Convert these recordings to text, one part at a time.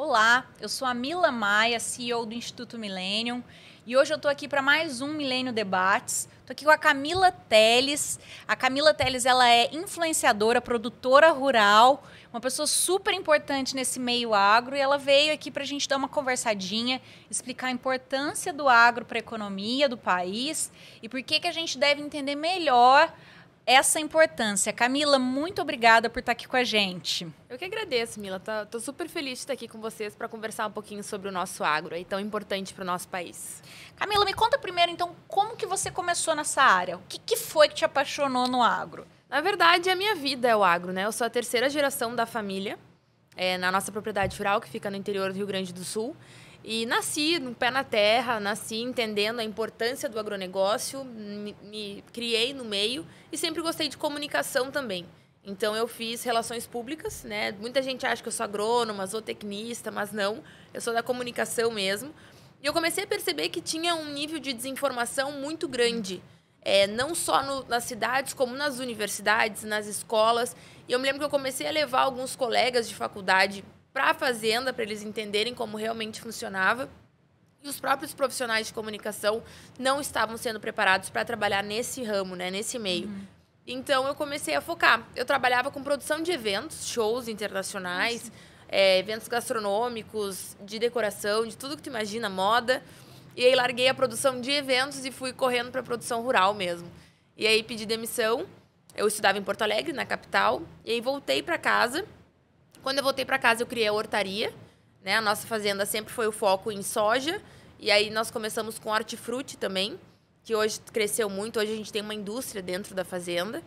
Olá, eu sou a Mila Maia, CEO do Instituto Millennium, e hoje eu estou aqui para mais um Millennium Debates. Estou aqui com a Camila Teles. A Camila Teles, ela é influenciadora, produtora rural, uma pessoa super importante nesse meio agro, e ela veio aqui para a gente dar uma conversadinha, explicar a importância do agro para a economia do país e por que a gente deve entender melhor essa importância. Camila, muito obrigada por estar aqui com a gente. Eu que agradeço, Mila. Tô super feliz de estar aqui com vocês para conversar um pouquinho sobre o nosso agro, aí tão importante para o nosso país. Camila, me conta primeiro, então, como que você começou nessa área? O que foi que te apaixonou no agro? Na verdade, a minha vida é o agro, né? Eu sou a terceira geração da família, na nossa propriedade rural, que fica no interior do Rio Grande do Sul. E nasci no pé na terra, nasci entendendo a importância do agronegócio, me criei no meio e sempre gostei de comunicação também. Então, eu fiz relações públicas, né? Muita gente acha que eu sou agrônoma, zootecnista, mas não. Eu sou da comunicação mesmo. E eu comecei a perceber que tinha um nível de desinformação muito grande, não só nas cidades, como nas universidades, nas escolas. E eu me lembro que eu comecei a levar alguns colegas de faculdade para a fazenda, para eles entenderem como realmente funcionava. E os próprios profissionais de comunicação não estavam sendo preparados para trabalhar nesse ramo, né, nesse meio. Então, eu comecei a focar. Eu trabalhava com produção de eventos, shows internacionais, eventos gastronômicos, de decoração, de tudo que tu imagina, moda. E aí, larguei a produção de eventos e fui correndo para a produção rural mesmo. E aí, pedi demissão. Eu estudava em Porto Alegre, na capital. E aí, voltei para casa. Quando eu voltei para casa, eu criei a hortaria, né? A nossa fazenda sempre foi o foco em soja. E aí nós começamos com hortifruti também, que hoje cresceu muito. Hoje a gente tem uma indústria dentro da fazenda.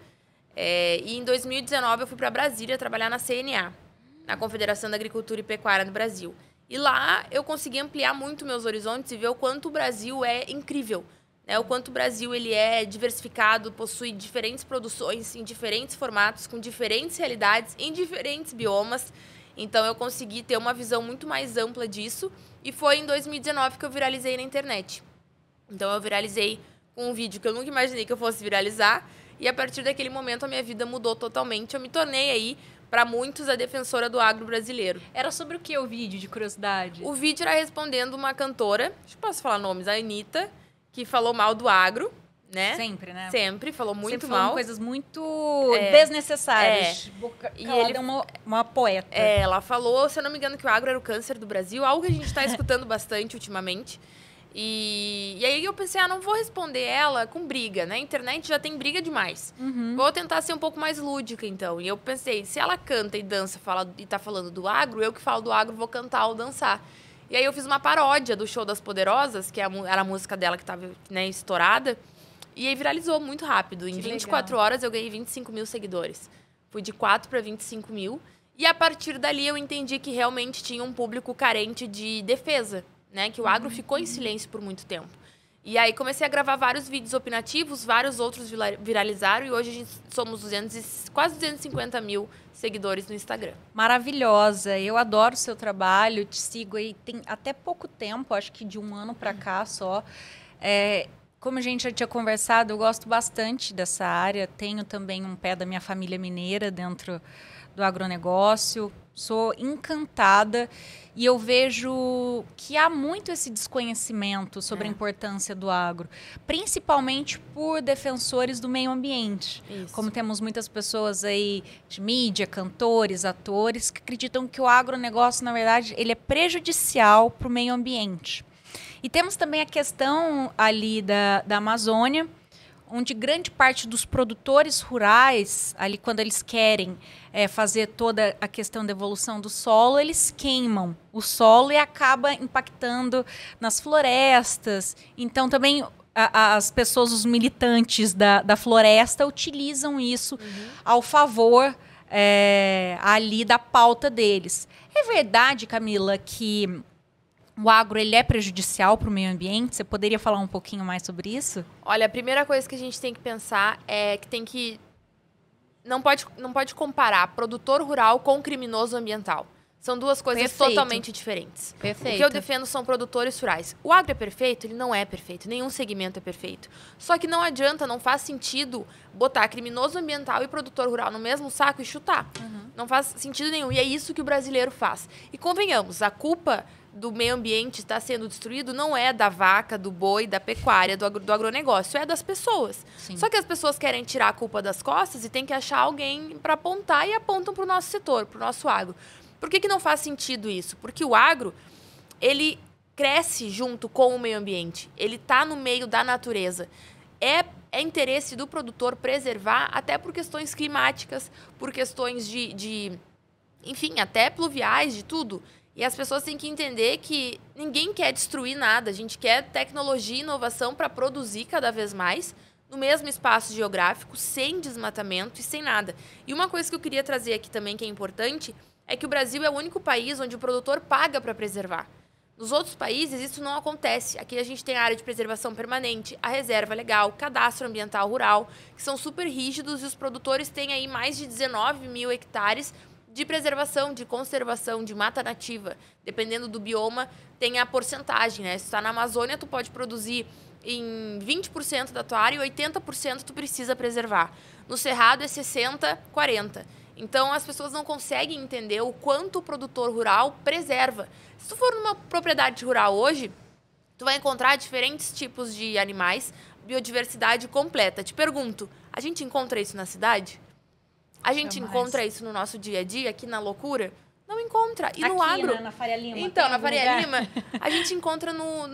E em 2019 eu fui para Brasília trabalhar na CNA, na Confederação da Agricultura e Pecuária do Brasil. E lá eu consegui ampliar muito meus horizontes e ver o quanto o Brasil é incrível, né? O quanto o Brasil ele é diversificado, possui diferentes produções em diferentes formatos, com diferentes realidades, em diferentes biomas. Então, eu consegui ter uma visão muito mais ampla disso. E foi em 2019 que eu viralizei na internet. Então, eu viralizei com um vídeo que eu nunca imaginei que eu fosse viralizar. E a partir daquele momento, a minha vida mudou totalmente. Eu me tornei aí, para muitos, a defensora do agro brasileiro. Era sobre o que o vídeo, de curiosidade? O vídeo era respondendo uma cantora, posso falar nomes, a Anitta, que falou mal do agro, né? Sempre, né? Sempre, falou muito Sempre mal. Coisas muito desnecessárias. E ele é uma poeta. Ela falou, se eu não me engano, que o agro era o câncer do Brasil, algo que a gente está escutando bastante ultimamente. E aí eu pensei, não vou responder ela com briga, né? A internet já tem briga demais. Vou tentar ser um pouco mais lúdica, então. E eu pensei, se ela canta e dança e tá falando do agro, eu que falo do agro vou cantar ou dançar. E aí eu fiz uma paródia do Show das Poderosas, que era a música dela que estava, né, estourada. E aí viralizou muito rápido. Em 24 horas eu ganhei 25 mil seguidores. Fui de 4 para 25 mil. E a partir dali eu entendi que realmente tinha um público carente de defesa, né? Que o agro ficou em silêncio por muito tempo. E aí comecei a gravar vários vídeos opinativos, vários outros viralizaram. E hoje a gente somos quase 250 mil seguidores no Instagram. Maravilhosa. Eu adoro o seu trabalho, te sigo aí tem até pouco tempo, acho que de um ano para cá só. Como a gente já tinha conversado, eu gosto bastante dessa área. Tenho também um pé da minha família mineira dentro do agronegócio. Sou encantada e eu vejo que há muito esse desconhecimento sobre a importância do agro, principalmente por defensores do meio ambiente. Isso. Como temos muitas pessoas aí de mídia, cantores, atores, que acreditam que o agronegócio, na verdade, ele é prejudicial para o meio ambiente. E temos também a questão ali da Amazônia, onde grande parte dos produtores rurais, ali quando eles querem fazer toda a questão da evolução do solo, eles queimam o solo e acaba impactando nas florestas. Então, também as pessoas, os militantes da floresta, utilizam isso ao favor ali da pauta deles. É verdade, Camila, que o agro ele é prejudicial para o meio ambiente? Você poderia falar um pouquinho mais sobre isso? Olha, a primeira coisa que a gente tem que pensar é que não pode comparar produtor rural com criminoso ambiental. São duas coisas totalmente diferentes. Perfeito. O que eu defendo são produtores rurais. O agro é perfeito? Ele não é perfeito. Nenhum segmento é perfeito. Só que não adianta, não faz sentido botar criminoso ambiental e produtor rural no mesmo saco e chutar. Não faz sentido nenhum. E é isso que o brasileiro faz. E convenhamos, a culpa do meio ambiente estar sendo destruído não é da vaca, do boi, da pecuária, do agronegócio, é das pessoas. Sim. Só que as pessoas querem tirar a culpa das costas e tem que achar alguém para apontar e apontam para o nosso setor, para o nosso agro. Por que não faz sentido isso? Porque o agro, ele cresce junto com o meio ambiente. Ele está no meio da natureza. É interesse do produtor preservar, até por questões climáticas, por questões enfim, até pluviais, de tudo. E as pessoas têm que entender que ninguém quer destruir nada. A gente quer tecnologia e inovação para produzir cada vez mais no mesmo espaço geográfico, sem desmatamento e sem nada. E uma coisa que eu queria trazer aqui também, que é importante, é que o Brasil é o único país onde o produtor paga para preservar. Nos outros países, isso não acontece. Aqui a gente tem a área de preservação permanente, a reserva legal, o cadastro ambiental rural, que são super rígidos, e os produtores têm aí mais de 19 mil hectares de preservação, de conservação, de mata nativa. Dependendo do bioma, tem a porcentagem, né? Se está na Amazônia, tu pode produzir em 20% da tua área e 80% tu precisa preservar. No Cerrado é 60, 40. Então, as pessoas não conseguem entender o quanto o produtor rural preserva. Se tu for numa propriedade rural hoje, tu vai encontrar diferentes tipos de animais, biodiversidade completa. Te pergunto, a gente encontra isso na cidade? A gente encontra isso no nosso dia a dia, aqui na loucura? Não encontra. E no aqui, agro... né, na Faria Lima. Então, na Faria Lima, a gente encontra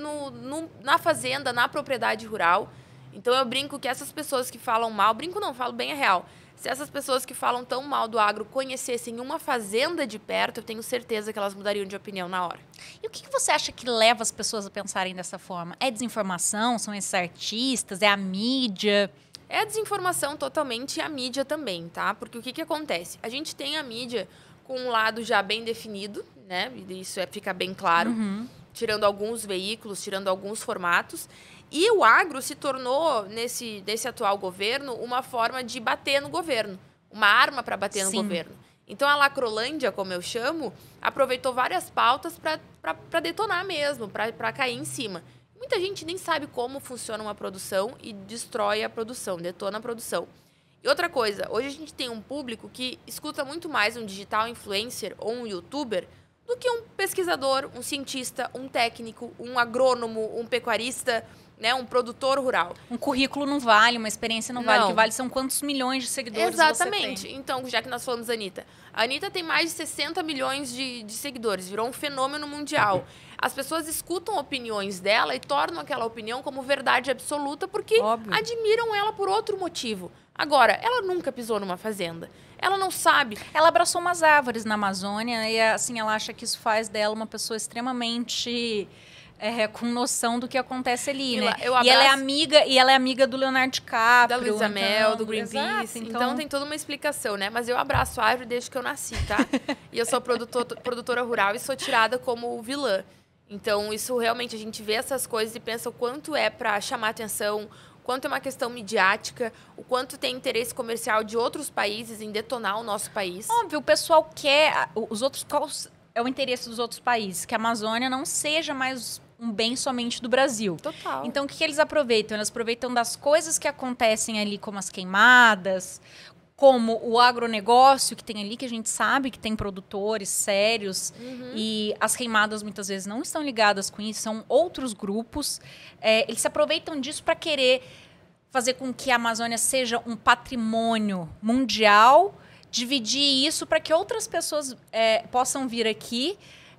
na fazenda, na propriedade rural. Então, eu brinco que essas pessoas que falam mal... Brinco não, falo bem a real. Se essas pessoas que falam tão mal do agro conhecessem uma fazenda de perto, eu tenho certeza que elas mudariam de opinião na hora. E o que você acha que leva as pessoas a pensarem dessa forma? É desinformação? São esses artistas? É a mídia? É a desinformação totalmente e a mídia também, tá? Porque o que acontece? A gente tem a mídia com um lado já bem definido, né? Isso fica bem claro. Tirando alguns veículos, tirando alguns formatos. E o agro se tornou, nesse atual governo, uma forma de bater no governo. Uma arma para bater no governo. Então, a Lacrolândia, como eu chamo, aproveitou várias pautas para detonar mesmo, para cair em cima. Muita gente nem sabe como funciona uma produção e destrói a produção, detona a produção. E outra coisa, hoje a gente tem um público que escuta muito mais um digital influencer ou um youtuber do que um pesquisador, um cientista, um técnico, um agrônomo, um pecuarista, né, um produtor rural. Um currículo não vale, uma experiência não vale. O que vale são quantos milhões de seguidores Exatamente. você tem. Então, já que nós falamos da Anitta. A Anitta tem mais de 60 milhões de seguidores. Virou um fenômeno mundial. As pessoas escutam opiniões dela e tornam aquela opinião como verdade absoluta porque admiram ela por outro motivo. Agora, ela nunca pisou numa fazenda. Ela não sabe. Ela abraçou umas árvores na Amazônia e, assim, ela acha que isso faz dela uma pessoa extremamente... com noção do que acontece ali, né? E ela é amiga do Leonardo DiCaprio. Da Luísa Mel, do Greenpeace. Exato, então tem toda uma explicação, né? Mas eu abraço a árvore desde que eu nasci, tá? E eu sou produtora rural e sou tirada como vilã. Então, isso realmente, a gente vê essas coisas e pensa o quanto é para chamar atenção, o quanto é uma questão midiática, o quanto tem interesse comercial de outros países em detonar o nosso país. Óbvio, o pessoal quer... Qual é o interesse dos outros países? Que a Amazônia não seja mais um bem somente do Brasil. Total. Então, o que eles aproveitam? Eles aproveitam das coisas que acontecem ali, como as queimadas, como o agronegócio que tem ali, que a gente sabe que tem produtores sérios, e as queimadas muitas vezes não estão ligadas com isso, são outros grupos. Eles se aproveitam disso para querer fazer com que a Amazônia seja um patrimônio mundial, dividir isso para que outras pessoas possam vir aqui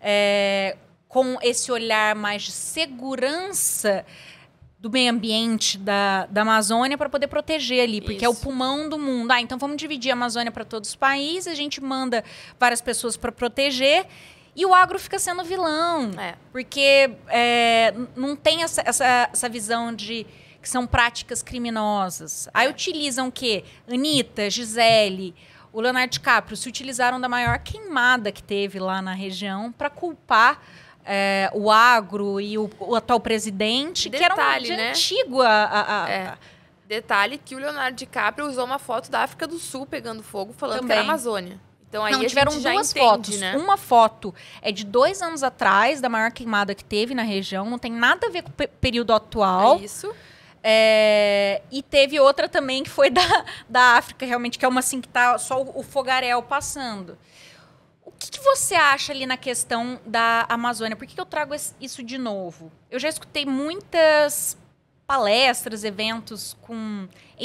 com esse olhar mais de segurança do meio ambiente da Amazônia para poder proteger ali, porque é o pulmão do mundo. Então vamos dividir a Amazônia para todos os países, a gente manda várias pessoas para proteger e o agro fica sendo vilão, porque não tem essa visão de que são práticas criminosas. Aí utilizam o quê? Anitta, Gisele, o Leonardo DiCaprio se utilizaram da maior queimada que teve lá na região para culpar o agro e o atual presidente, Detalhe, que era de antigo. Detalhe que o Leonardo DiCaprio usou uma foto da África do Sul pegando fogo, falando que era a Amazônia. Então aí tiveram duas fotos. Né? Uma foto é de 2 anos atrás, da maior queimada que teve na região, não tem nada a ver com o período atual. É isso. E teve outra também que foi da África, realmente, que é uma assim que tá só o fogaréu passando. O que você acha ali na questão da Amazônia? Por que eu trago isso de novo? Eu já escutei muitas palestras, eventos com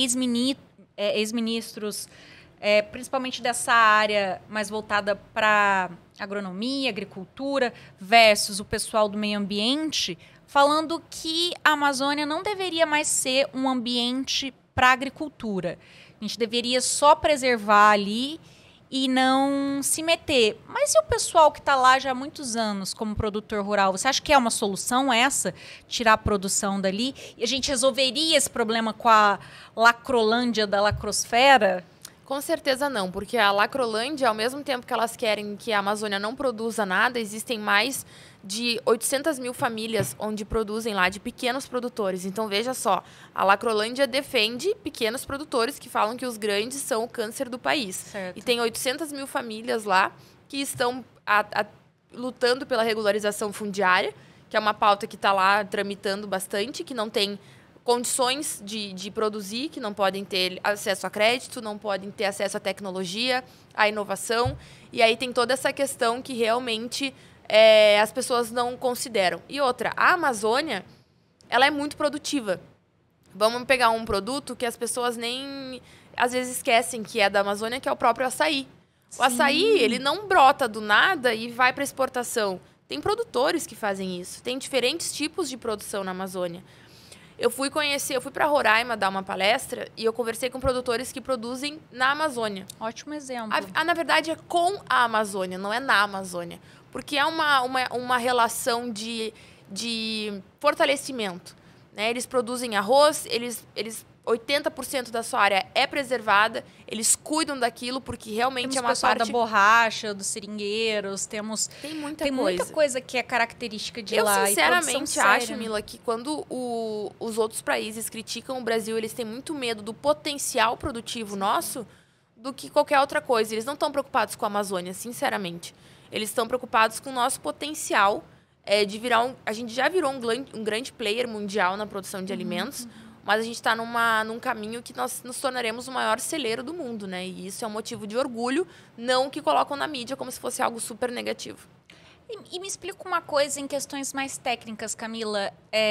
ex-ministros, principalmente dessa área mais voltada para agronomia, agricultura, versus o pessoal do meio ambiente, falando que a Amazônia não deveria mais ser um ambiente para agricultura. A gente deveria só preservar ali e não se meter. Mas e o pessoal que está lá já há muitos anos como produtor rural? Você acha que é uma solução essa, tirar a produção dali? E a gente resolveria esse problema com a lacrolândia da lacrosfera? Com certeza não, porque a Lacrolândia, ao mesmo tempo que elas querem que a Amazônia não produza nada, existem mais de 800 mil famílias onde produzem lá, de pequenos produtores. Então, veja só, a Lacrolândia defende pequenos produtores que falam que os grandes são o câncer do país. Certo. E tem 800 mil famílias lá que estão lutando pela regularização fundiária, que é uma pauta que está lá tramitando bastante, que não tem condições de produzir, que não podem ter acesso a crédito, não podem ter acesso à tecnologia, à inovação. E aí tem toda essa questão que realmente as pessoas não consideram. E outra, a Amazônia, ela é muito produtiva. Vamos pegar um produto que as pessoas nem, às vezes, esquecem que é da Amazônia, que é o próprio açaí. Sim. O açaí, ele não brota do nada e vai para exportação. Tem produtores que fazem isso. Tem diferentes tipos de produção na Amazônia. Eu fui para Roraima dar uma palestra e eu conversei com produtores que produzem na Amazônia. Ótimo exemplo. Na verdade, é com a Amazônia, não é na Amazônia. Porque é uma relação de fortalecimento. Né? Eles produzem arroz, 80% da sua área é preservada, eles cuidam daquilo porque realmente temos é uma pessoal parte... da borracha, dos seringueiros, tem muita coisa que é característica de lá. Eu sinceramente acho, Mila, que quando os outros países criticam o Brasil, eles têm muito medo do potencial produtivo nosso do que qualquer outra coisa. Eles não estão preocupados com a Amazônia, sinceramente. Eles estão preocupados com o nosso potencial de virar a gente já virou um grande player mundial na produção de alimentos, mas a gente está num caminho que nós nos tornaremos o maior celeiro do mundo, né? E isso é um motivo de orgulho, não que colocam na mídia como se fosse algo super negativo. E me explica uma coisa em questões mais técnicas, Camila.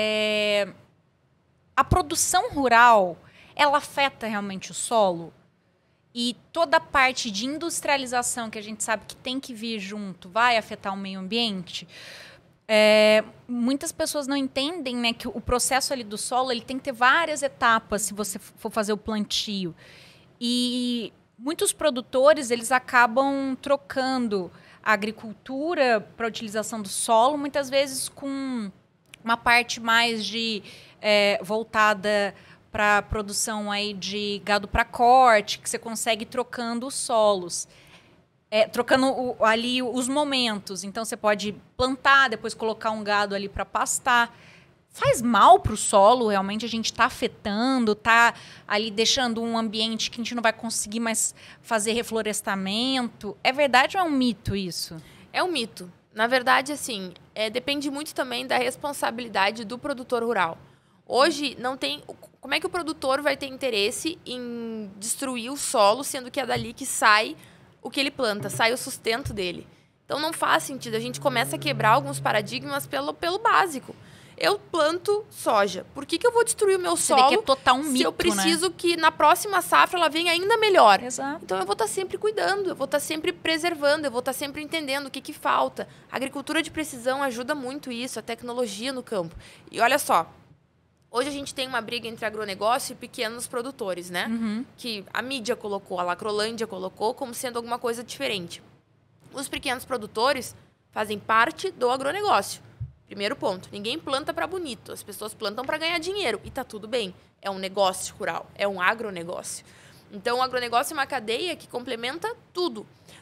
A produção rural, ela afeta realmente o solo? E toda a parte de industrialização que a gente sabe que tem que vir junto vai afetar o meio ambiente? Muitas pessoas não entendem, né, que o processo ali do solo ele tem que ter várias etapas se você for fazer o plantio. E muitos produtores eles acabam trocando a agricultura para a utilização do solo, muitas vezes com uma parte mais voltada para a produção aí de gado para corte, que você consegue trocando os solos. Trocando ali os momentos. Então, você pode plantar, depois colocar um gado ali para pastar. Faz mal para o solo, realmente, a gente está afetando, está ali deixando um ambiente que a gente não vai conseguir mais fazer reflorestamento. É verdade ou é um mito isso? É um mito. Na verdade, assim, depende muito também da responsabilidade do produtor rural. Hoje, não tem... Como é que o produtor vai ter interesse em destruir o solo, sendo que é dali que sai o que ele planta, sai o sustento dele. Então, não faz sentido. A gente começa a quebrar alguns paradigmas pelo básico. Eu planto soja. Por que eu vou destruir o meu solo que é total mito, se eu preciso que na próxima safra ela venha ainda melhor? Exato. Então, eu vou estar sempre cuidando, eu vou estar sempre preservando, eu vou estar sempre entendendo o que falta. A agricultura de precisão ajuda muito isso, a tecnologia no campo. E olha só, hoje a gente tem uma briga entre agronegócio e pequenos produtores, né? Que a mídia colocou, a Lacrolândia colocou como sendo alguma coisa diferente. Os pequenos produtores fazem parte do agronegócio. Primeiro ponto, ninguém planta para bonito, as pessoas plantam para ganhar dinheiro. E tá tudo bem, é um negócio rural, é um agronegócio. Então, o agronegócio é uma cadeia que complementa tudo.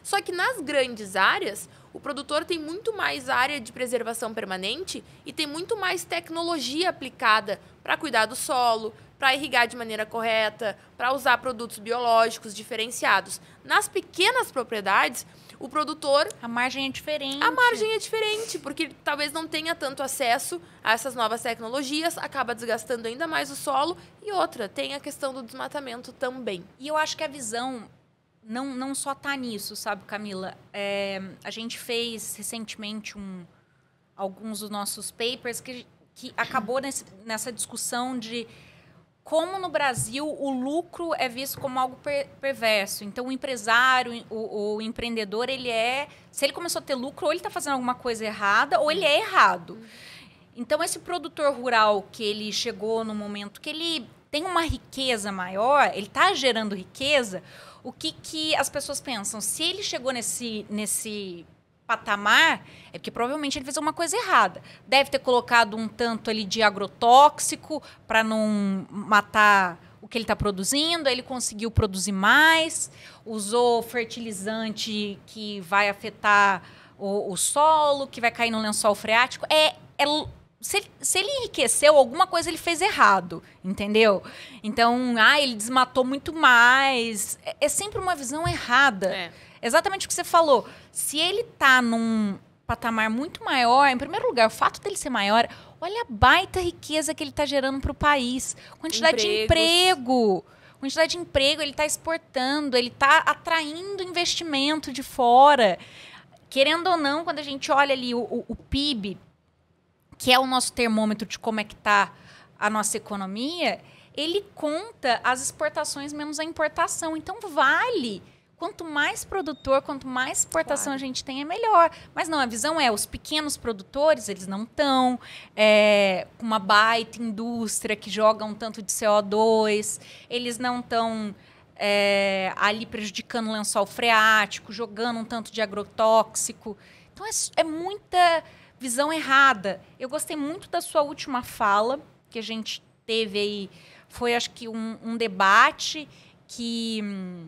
Só que nas grandes áreas, o produtor tem muito mais área de preservação permanente e tem muito mais tecnologia aplicada para cuidar do solo, para irrigar de maneira correta, para usar produtos biológicos diferenciados. Nas pequenas propriedades, o produtor... A margem é diferente. A margem é diferente, porque talvez não tenha tanto acesso a essas novas tecnologias, acaba desgastando ainda mais o solo. E outra, tem a questão do desmatamento também. E eu acho que a visão não só está nisso, sabe, Camila? A gente fez recentemente alguns dos nossos papers que acabou nessa discussão de como no Brasil o lucro é visto como algo perverso. Então, o empresário, o empreendedor, se ele começou a ter lucro, ou ele está fazendo alguma coisa errada, ou ele é errado. Então, esse produtor rural que ele chegou no momento que ele tem uma riqueza maior, ele está gerando riqueza, o que as pessoas pensam? Se ele chegou nesse patamar, é porque provavelmente ele fez alguma coisa errada. Deve ter colocado um tanto ali de agrotóxico para não matar o que ele está produzindo, aí ele conseguiu produzir mais, usou fertilizante que vai afetar o solo, que vai cair no lençol freático. Se ele enriqueceu, alguma coisa ele fez errado, entendeu? Então, ele desmatou muito mais. É sempre uma visão errada. Exatamente o que você falou. Se ele está num patamar muito maior, em primeiro lugar, o fato dele ser maior, olha a baita riqueza que ele está gerando para o país. Quantidade de emprego. Quantidade de emprego, ele está exportando, ele está atraindo investimento de fora. Querendo ou não, quando a gente olha ali o PIB, que é o nosso termômetro de como é que está a nossa economia, ele conta as exportações menos a importação. Então, vale. Quanto mais produtor, quanto mais exportação a gente tem, é melhor. Mas não, a visão os pequenos produtores, eles não estão com uma baita indústria que joga um tanto de CO2, eles não estão ali prejudicando o lençol freático, jogando um tanto de agrotóxico. Então, é muita visão errada. Eu gostei muito da sua última fala, que a gente teve aí, foi acho que um debate que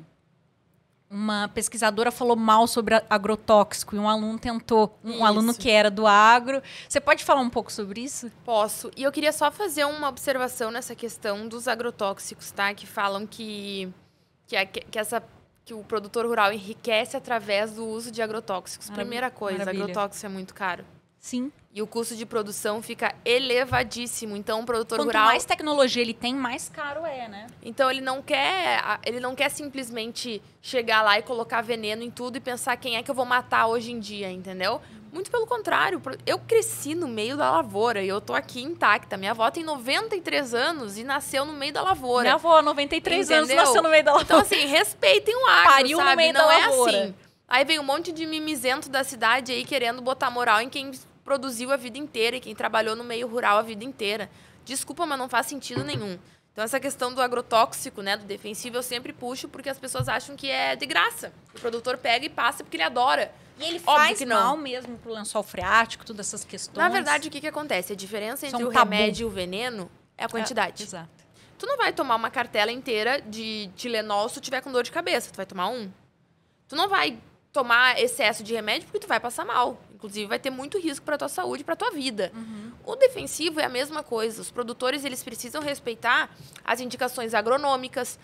uma pesquisadora falou mal sobre agrotóxico e um aluno tentou, aluno que era do agro. Você pode falar um pouco sobre isso? Posso. E eu queria só fazer uma observação nessa questão dos agrotóxicos, tá? Que falam que o produtor rural enriquece através do uso de agrotóxicos. Primeira coisa, agrotóxico é muito caro. Sim. E o custo de produção fica elevadíssimo. Então, o produtor rural... Quanto mais tecnologia ele tem, mais caro é, né? Então, ele não quer simplesmente chegar lá e colocar veneno em tudo e pensar quem é que eu vou matar hoje em dia, entendeu? Muito pelo contrário. Eu cresci no meio da lavoura e eu tô aqui intacta. Minha avó tem 93 anos e nasceu no meio da lavoura. Minha avó, 93 anos, nasceu no meio da lavoura. Então, assim, respeitem o agro, pariu sabe? No meio não da é lavoura. assim. Aí vem um monte de mimizento da cidade aí querendo botar moral em quem produziu a vida inteira e quem trabalhou no meio rural a vida inteira. Desculpa, mas não faz sentido nenhum. Então, essa questão do agrotóxico, né, do defensivo, eu sempre puxo porque as pessoas acham que é de graça. O produtor pega e passa porque ele adora. E ele faz mal mesmo pro lençol freático, todas essas questões. Na verdade, o que acontece? A diferença entre o remédio e o veneno é a quantidade. Exato. Tu não vai tomar uma cartela inteira de Tilenol se tu tiver com dor de cabeça. Tu vai tomar um. Tu não vai tomar excesso de remédio porque tu vai passar mal. Inclusive, vai ter muito risco para tua saúde e para tua vida. O defensivo é a mesma coisa. Os produtores, eles precisam respeitar as indicações agronômicas,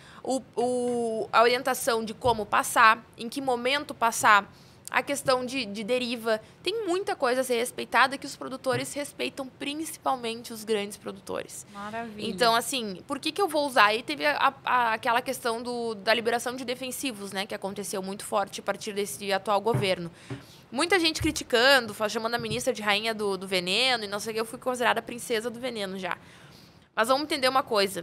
a orientação de como passar, em que momento passar, a questão de deriva. Tem muita coisa a ser respeitada que os produtores respeitam, principalmente os grandes produtores. Maravilha. Então, assim, por que eu vou usar? Aí teve aquela questão da liberação de defensivos, né? Que aconteceu muito forte a partir desse atual governo. Muita gente criticando, chamando a ministra de rainha do veneno e não sei o que. Eu fui considerada princesa do veneno já. Mas vamos entender uma coisa.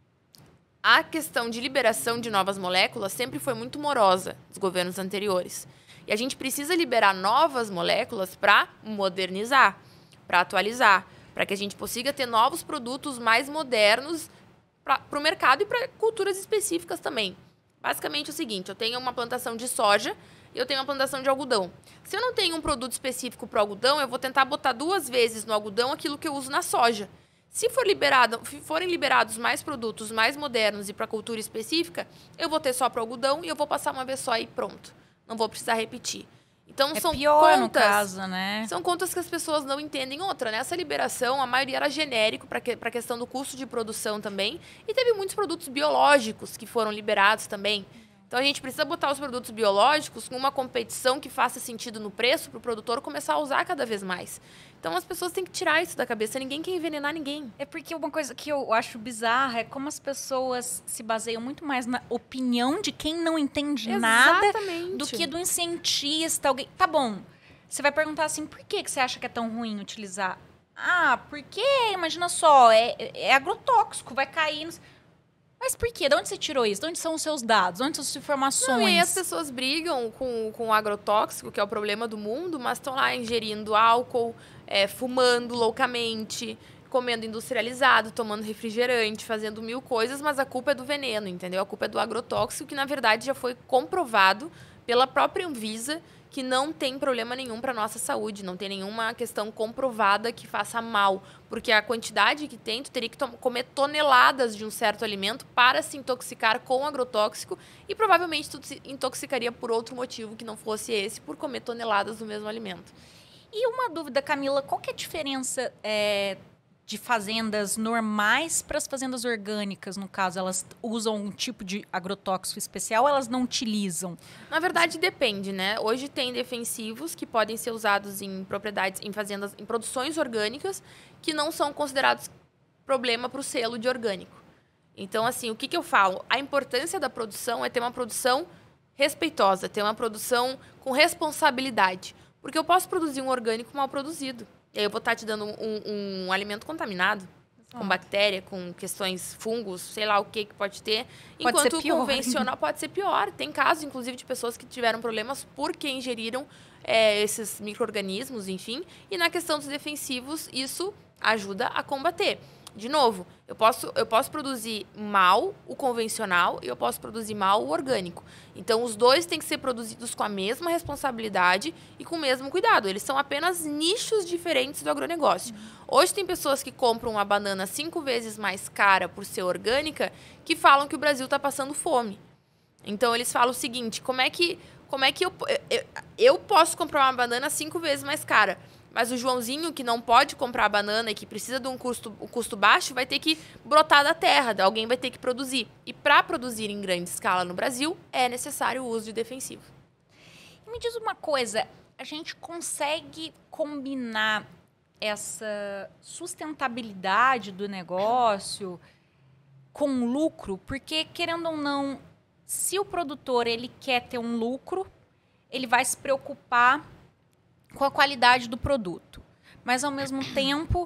A questão de liberação de novas moléculas sempre foi muito morosa dos governos anteriores. E a gente precisa liberar novas moléculas para modernizar, para atualizar, para que a gente consiga ter novos produtos mais modernos para o mercado e para culturas específicas também. Basicamente é o seguinte, eu tenho uma plantação de soja e eu tenho uma plantação de algodão. Se eu não tenho um produto específico para o algodão, eu vou tentar botar 2 vezes no algodão aquilo que eu uso na soja. Se forem liberados mais produtos mais modernos e para cultura específica, eu vou ter só para o algodão e eu vou passar uma vez só e pronto. não vou precisar repetir. Então, É são pior no contas, caso, né? são contas que as pessoas não entendem. Outra, né? Essa liberação, a maioria era genérico para a questão do custo de produção também. E teve muitos produtos biológicos que foram liberados também. Então, a gente precisa botar os produtos biológicos com uma competição que faça sentido no preço para o produtor começar a usar cada vez mais. Então, as pessoas têm que tirar isso da cabeça. Ninguém quer envenenar ninguém. É porque uma coisa que eu acho bizarra é como as pessoas se baseiam muito mais na opinião de quem não entende nada Exatamente. do que do um cientista. Alguém. Tá bom. Você vai perguntar assim, por que você acha que é tão ruim utilizar? Ah, porque, imagina só, é agrotóxico, vai cair. Mas por quê? De onde você tirou isso? De onde são os seus dados? De onde são as suas informações? Não, e aí as pessoas brigam com o agrotóxico, que é o problema do mundo, mas estão lá ingerindo álcool, fumando loucamente, comendo industrializado, tomando refrigerante, fazendo mil coisas, mas a culpa é do veneno, entendeu? A culpa é do agrotóxico, que na verdade já foi comprovado pela própria Anvisa que não tem problema nenhum para nossa saúde, não tem nenhuma questão comprovada que faça mal, porque a quantidade que tem, tu teria que comer toneladas de um certo alimento para se intoxicar com agrotóxico e provavelmente tu se intoxicaria por outro motivo que não fosse esse, por comer toneladas do mesmo alimento. E uma dúvida, Camila, qual que é a diferença de fazendas normais para as fazendas orgânicas, no caso? Elas usam um tipo de agrotóxico especial ou elas não utilizam? Na verdade, depende, né? Hoje tem defensivos que podem ser usados em propriedades, em fazendas, em produções orgânicas, que não são considerados problema para o selo de orgânico. Então, assim, o que eu falo? A importância da produção é ter uma produção respeitosa, ter uma produção com responsabilidade. Porque eu posso produzir um orgânico mal produzido. E aí eu vou estar te dando um alimento contaminado, com bactéria, com questões fungos, sei lá o que pode ter. Pode Enquanto ser o pior. convencional pode ser pior. Tem casos, inclusive, de pessoas que tiveram problemas porque ingeriram esses micro-organismos, enfim. E na questão dos defensivos, isso ajuda a combater. De novo, eu posso produzir mal o convencional e eu posso produzir mal o orgânico. Então, os dois têm que ser produzidos com a mesma responsabilidade e com o mesmo cuidado. Eles são apenas nichos diferentes do agronegócio. Hoje, tem pessoas que compram uma banana 5 vezes mais cara por ser orgânica que falam que o Brasil está passando fome. Então, eles falam o seguinte, como é que eu posso comprar uma banana 5 vezes mais cara? Mas o Joãozinho, que não pode comprar a banana e que precisa de um custo baixo, vai ter que brotar da terra, alguém vai ter que produzir. E para produzir em grande escala no Brasil, é necessário o uso de defensivo. E me diz uma coisa, a gente consegue combinar essa sustentabilidade do negócio com lucro? Porque, querendo ou não, se o produtor ele quer ter um lucro, ele vai se preocupar com a qualidade do produto. Mas, ao mesmo tempo,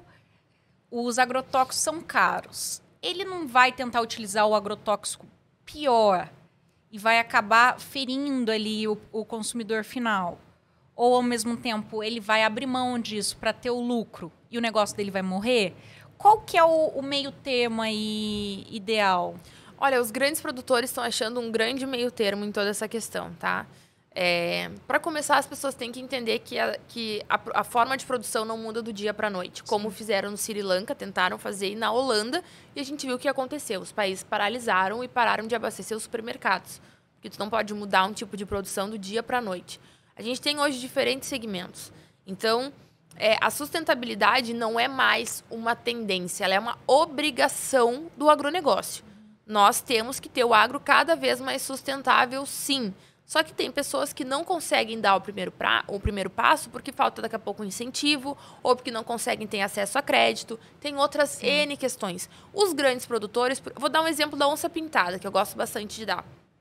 os agrotóxicos são caros. Ele não vai tentar utilizar o agrotóxico pior e vai acabar ferindo ali o consumidor final. Ou, ao mesmo tempo, ele vai abrir mão disso para ter o lucro e o negócio dele vai morrer? Qual que é o meio termo aí ideal? Olha, os grandes produtores estão achando um grande meio termo em toda essa questão, tá? Para começar, as pessoas têm que entender que a forma de produção não muda do dia para a noite, como fizeram no Sri Lanka, tentaram fazer e na Holanda, e a gente viu o que aconteceu. Os países paralisaram e pararam de abastecer os supermercados, porque tu não pode mudar um tipo de produção do dia para a noite. A gente tem hoje diferentes segmentos. Então, a sustentabilidade não é mais uma tendência, ela é uma obrigação do agronegócio. Nós temos que ter o agro cada vez mais sustentável, sim. Só que tem pessoas que não conseguem dar o primeiro passo porque falta daqui a pouco um incentivo ou porque não conseguem ter acesso a crédito. Tem outras N questões. Os grandes produtores... Vou dar um exemplo da onça pintada, que eu gosto bastante de dar.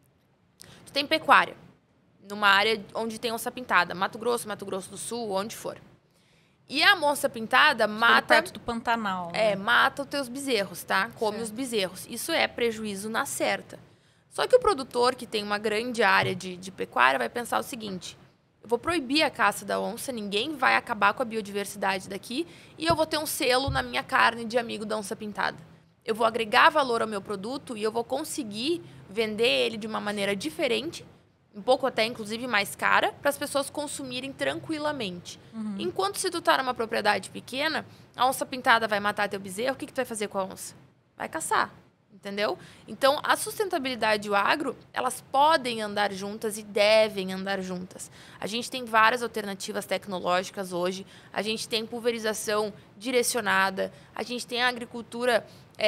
Tu tem pecuária, numa área onde tem onça pintada. Mato Grosso do Sul, onde for. E a onça pintada mata... perto do Pantanal. Né? Mata os teus bezerros, tá? Come os bezerros. Isso é prejuízo na certa. Só que o produtor, que tem uma grande área de pecuária, vai pensar o seguinte: eu vou proibir a caça da onça, ninguém vai acabar com a biodiversidade daqui e eu vou ter um selo na minha carne de amigo da onça pintada. Eu vou agregar valor ao meu produto e eu vou conseguir vender ele de uma maneira diferente, um pouco até, inclusive, mais cara, para as pessoas consumirem tranquilamente. Enquanto se tu tá numa propriedade pequena, a onça pintada vai matar teu bezerro, o que tu vai fazer com a onça? Vai caçar. entendeu? Então, a sustentabilidade e o agro, elas podem andar juntas e devem andar juntas. A gente tem várias alternativas tecnológicas hoje, a gente tem pulverização direcionada, a gente tem a agricultura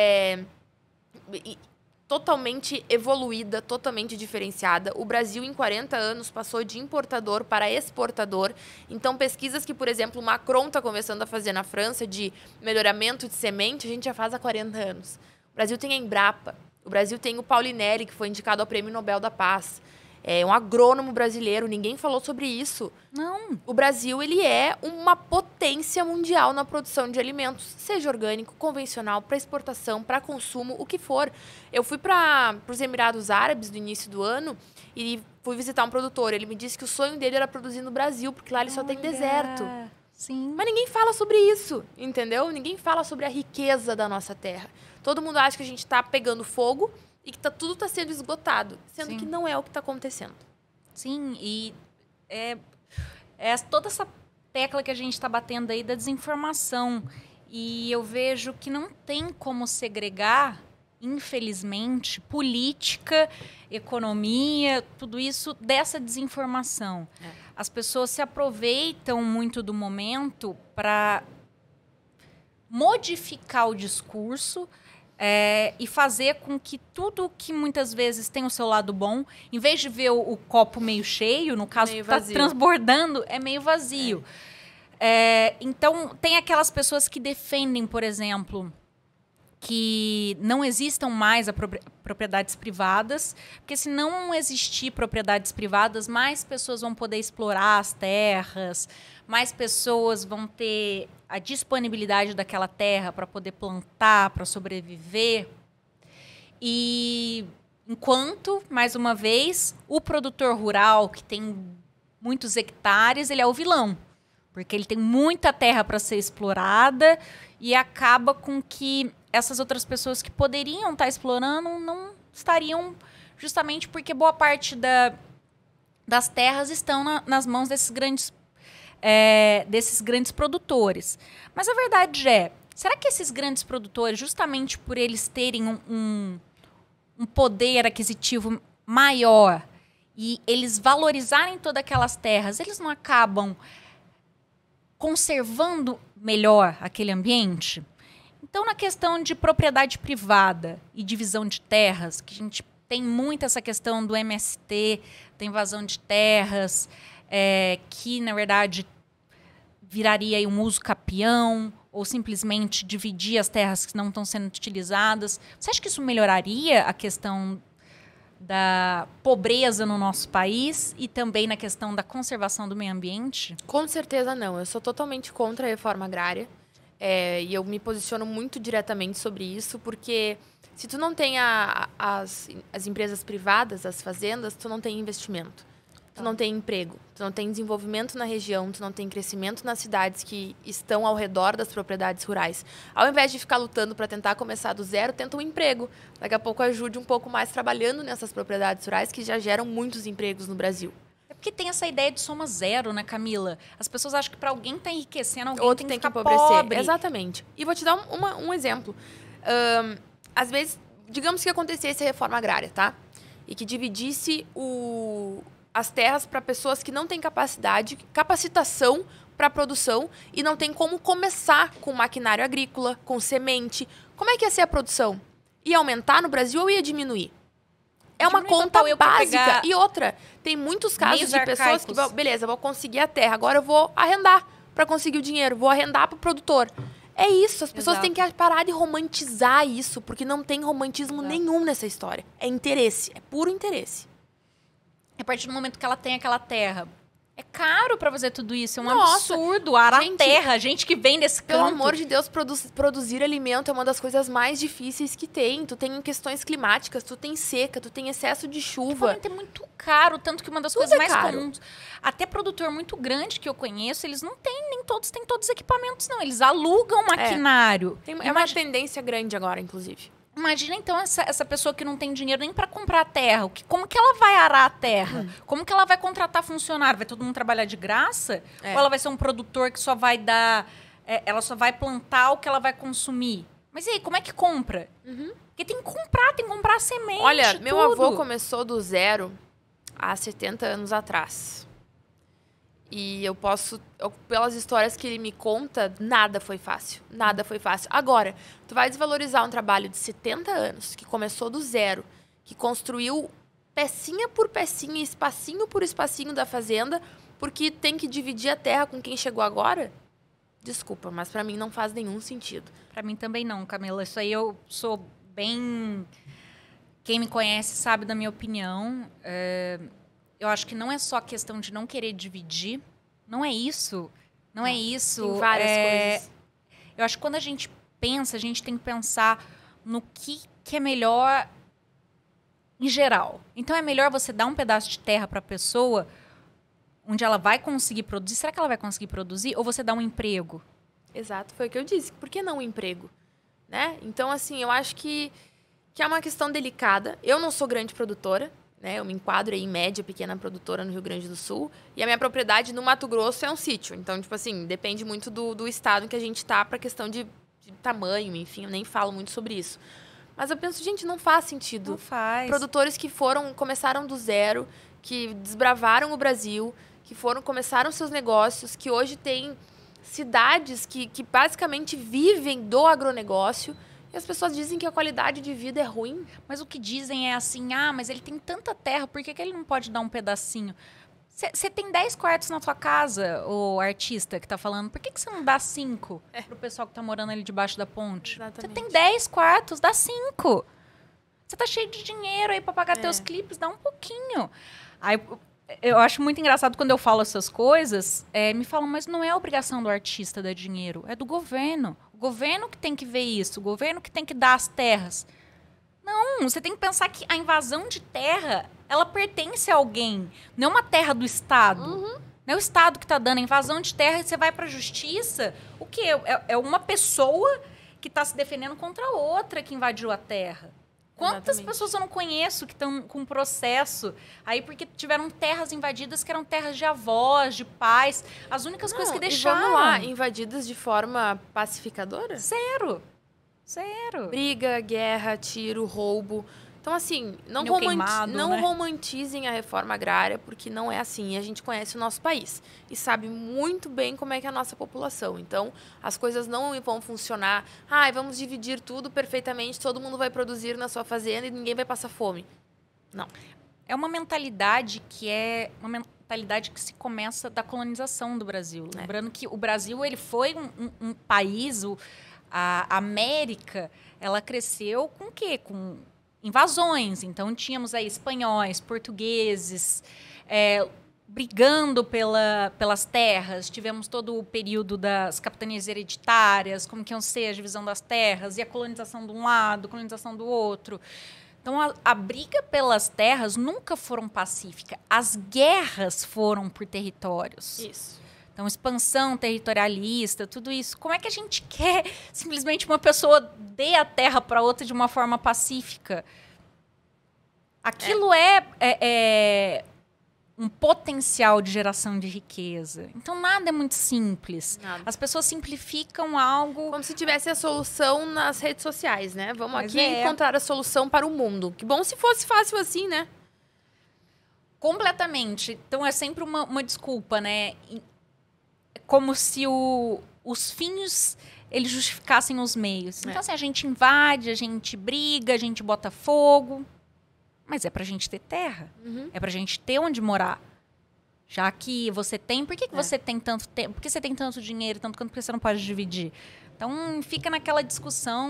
totalmente evoluída, totalmente diferenciada. O Brasil, em 40 anos, passou de importador para exportador. Então, pesquisas que, por exemplo, o Macron está começando a fazer na França de melhoramento de semente, a gente já faz há 40 anos. O Brasil tem a Embrapa. O Brasil tem o Paulinelli, que foi indicado ao Prêmio Nobel da Paz. É um agrônomo brasileiro, ninguém falou sobre isso. Não. O Brasil, ele é uma potência mundial na produção de alimentos, seja orgânico, convencional, para exportação, para consumo, o que for. Eu fui para os Emirados Árabes no início do ano e fui visitar um produtor. Ele me disse que o sonho dele era produzir no Brasil, porque lá ele só tem deserto. Sim. Mas ninguém fala sobre isso, entendeu? Ninguém fala sobre a riqueza da nossa terra. Todo mundo acha que a gente está pegando fogo e que tudo está sendo esgotado, sendo Sim. que não é o que está acontecendo. Sim, e é toda essa tecla que a gente está batendo aí da desinformação. E eu vejo que não tem como segregar, infelizmente, política, economia, tudo isso dessa desinformação. As pessoas se aproveitam muito do momento para modificar o discurso, e fazer com que tudo que muitas vezes tem o seu lado bom, em vez de ver o copo meio cheio, no caso que está transbordando, é meio vazio. Então, tem aquelas pessoas que defendem, por exemplo, que não existam mais propriedades privadas, porque se não existir propriedades privadas, mais pessoas vão poder explorar as terras, mais pessoas vão ter a disponibilidade daquela terra para poder plantar, para sobreviver. E enquanto, mais uma vez, o produtor rural, que tem muitos hectares, ele é o vilão, porque ele tem muita terra para ser explorada e acaba com que essas outras pessoas que poderiam estar explorando não estariam, justamente porque boa parte das terras estão nas mãos desses grandes produtores. Mas a verdade será que esses grandes produtores, justamente por eles terem um poder aquisitivo maior e eles valorizarem todas aquelas terras, eles não acabam conservando melhor aquele ambiente? Então, na questão de propriedade privada e divisão de terras, que a gente tem muito essa questão do MST, da invasão de terras, que, na verdade, viraria aí um uso capião, ou simplesmente dividir as terras que não estão sendo utilizadas. Você acha que isso melhoraria a questão da pobreza no nosso país e também na questão da conservação do meio ambiente? Com certeza não. Eu sou totalmente contra a reforma agrária. E eu me posiciono muito diretamente sobre isso, porque se tu não tem as empresas privadas, as fazendas, tu não tem investimento. Tu não tem emprego, tu não tem desenvolvimento na região, tu não tem crescimento nas cidades que estão ao redor das propriedades rurais. Ao invés de ficar lutando para tentar começar do zero, tenta um emprego. Daqui a pouco ajude um pouco mais trabalhando nessas propriedades rurais que já geram muitos empregos no Brasil. É porque tem essa ideia de soma zero, né, Camila? As pessoas acham que para alguém estar enriquecendo, alguém outro tem que ficar empobrecer. pobre. Exatamente. E vou te dar um exemplo. Às vezes, digamos que acontecesse a reforma agrária, tá? E que dividisse as terras para pessoas que não têm capacitação para a produção e não tem como começar com maquinário agrícola, com semente. Como é que ia ser a produção? Ia aumentar no Brasil ou ia diminuir? É uma conta básica. E outra, tem muitos casos de pessoas que, beleza, vou conseguir a terra, agora eu vou arrendar para conseguir o dinheiro, vou arrendar para o produtor. É isso, as pessoas têm que parar de romantizar isso, porque não tem romantismo nenhum nessa história. É interesse, é puro interesse. A partir do momento que ela tem aquela terra, é caro para fazer tudo isso, é um absurdo, arar terra, gente que vem desse campo. Pelo amor de Deus, produzir alimento é uma das coisas mais difíceis que tem. Tu tem questões climáticas, tu tem seca, tu tem excesso de chuva. É muito caro, tanto que uma das coisas mais comuns, até produtor muito grande que eu conheço, eles não têm, nem todos têm todos os equipamentos, não. Eles alugam maquinário. É uma tendência grande agora, inclusive. Imagina, então, essa pessoa que não tem dinheiro nem para comprar a terra. Como que ela vai arar a terra? Como que ela vai contratar funcionário? Vai todo mundo trabalhar de graça? Ou ela vai ser um produtor que só vai dar... ela só vai plantar o que ela vai consumir? Mas e aí, como é que compra? Porque tem que comprar semente. Olha, meu tudo. avô começou do zero há 70 anos atrás. E pelas histórias que ele me conta, nada foi fácil. Nada foi fácil. Agora, tu vai desvalorizar um trabalho de 70 anos, que começou do zero, que construiu pecinha por pecinha, espacinho por espacinho da fazenda, porque tem que dividir a terra com quem chegou agora? Desculpa, mas pra mim não faz nenhum sentido. Pra mim também não, Camila. Isso aí eu sou bem... Quem me conhece sabe da minha opinião. Eu acho que não é só questão de não querer dividir. Não é isso. Não é isso. Tem várias coisas. Eu acho que quando a gente pensa, a gente tem que pensar no que é melhor em geral. Então, é melhor você dar um pedaço de terra para a pessoa onde ela vai conseguir produzir. Será que ela vai conseguir produzir? Ou você dá um emprego? Exato, foi o que eu disse. Por que não um emprego? Né? Então, assim, eu acho que é uma questão delicada. Eu não sou grande produtora, né? Eu me enquadro aí em média, pequena produtora no Rio Grande do Sul. E a minha propriedade no Mato Grosso é um sítio. Então, tipo assim, depende muito do estado em que a gente tá para questão de tamanho, enfim, eu nem falo muito sobre isso. Mas eu penso, gente, não faz sentido. Não faz. Produtores que começaram do zero, que desbravaram o Brasil, que começaram seus negócios, que hoje tem cidades que basicamente vivem do agronegócio. E as pessoas dizem que a qualidade de vida é ruim. Mas o que dizem é assim, mas ele tem tanta terra, por que ele não pode dar um pedacinho? Você tem 10 quartos na tua casa, o artista que tá falando. Por que você não dá 5 pro pessoal que tá morando ali debaixo da ponte? Você tem 10 quartos, dá 5. Você tá cheio de dinheiro aí pra pagar teus clipes, dá um pouquinho. Aí eu acho muito engraçado quando eu falo essas coisas, me falam, mas não é obrigação do artista dar dinheiro, é do governo. O governo que tem que ver isso, o governo que tem que dar as terras. Não, você tem que pensar que a invasão de terra, ela pertence a alguém. Não é uma terra do Estado. Não é o Estado que está dando a invasão de terra e você vai para a justiça. O quê? É uma pessoa que está se defendendo contra outra que invadiu a terra. Quantas pessoas eu não conheço que estão com processo aí porque tiveram terras invadidas que eram terras de avós, de pais. As únicas coisas que deixaram. E vamos lá, invadidas de forma pacificadora? Zero. Briga, guerra, tiro, roubo. Então, assim, não romantizem a reforma agrária, porque não é assim. E a gente conhece o nosso país e sabe muito bem como é que é a nossa população. Então, as coisas não vão funcionar. Vamos dividir tudo perfeitamente, todo mundo vai produzir na sua fazenda e ninguém vai passar fome. Não. É uma mentalidade que se começa da colonização do Brasil. Lembrando que o Brasil ele foi um país, a América, ela cresceu com o quê? Com invasões. Então, tínhamos aí espanhóis, portugueses, brigando pelas terras. Tivemos todo o período das capitanias hereditárias, como que iam ser a divisão das terras, e a colonização de um lado, a colonização do outro. Então, a briga pelas terras nunca foram pacífica. As guerras foram por territórios. Isso. Então, expansão territorialista, tudo isso. Como é que a gente quer simplesmente uma pessoa dê a terra para outra de uma forma pacífica? Aquilo é um potencial de geração de riqueza. Então, nada é muito simples. Nada. As pessoas simplificam algo... Como se tivesse a solução nas redes sociais, né? Vamos aqui encontrar a solução para o mundo. Que bom se fosse fácil assim, né? Completamente. Então, é sempre uma desculpa, né? Como se os fins eles justificassem os meios. Então, assim, a gente invade, a gente briga, a gente bota fogo. Mas é pra gente ter terra. É pra gente ter onde morar. Já que você tem... Por que você tem tanto tempo? Por que você tem tanto dinheiro, tanto quanto você não pode dividir? Então, fica naquela discussão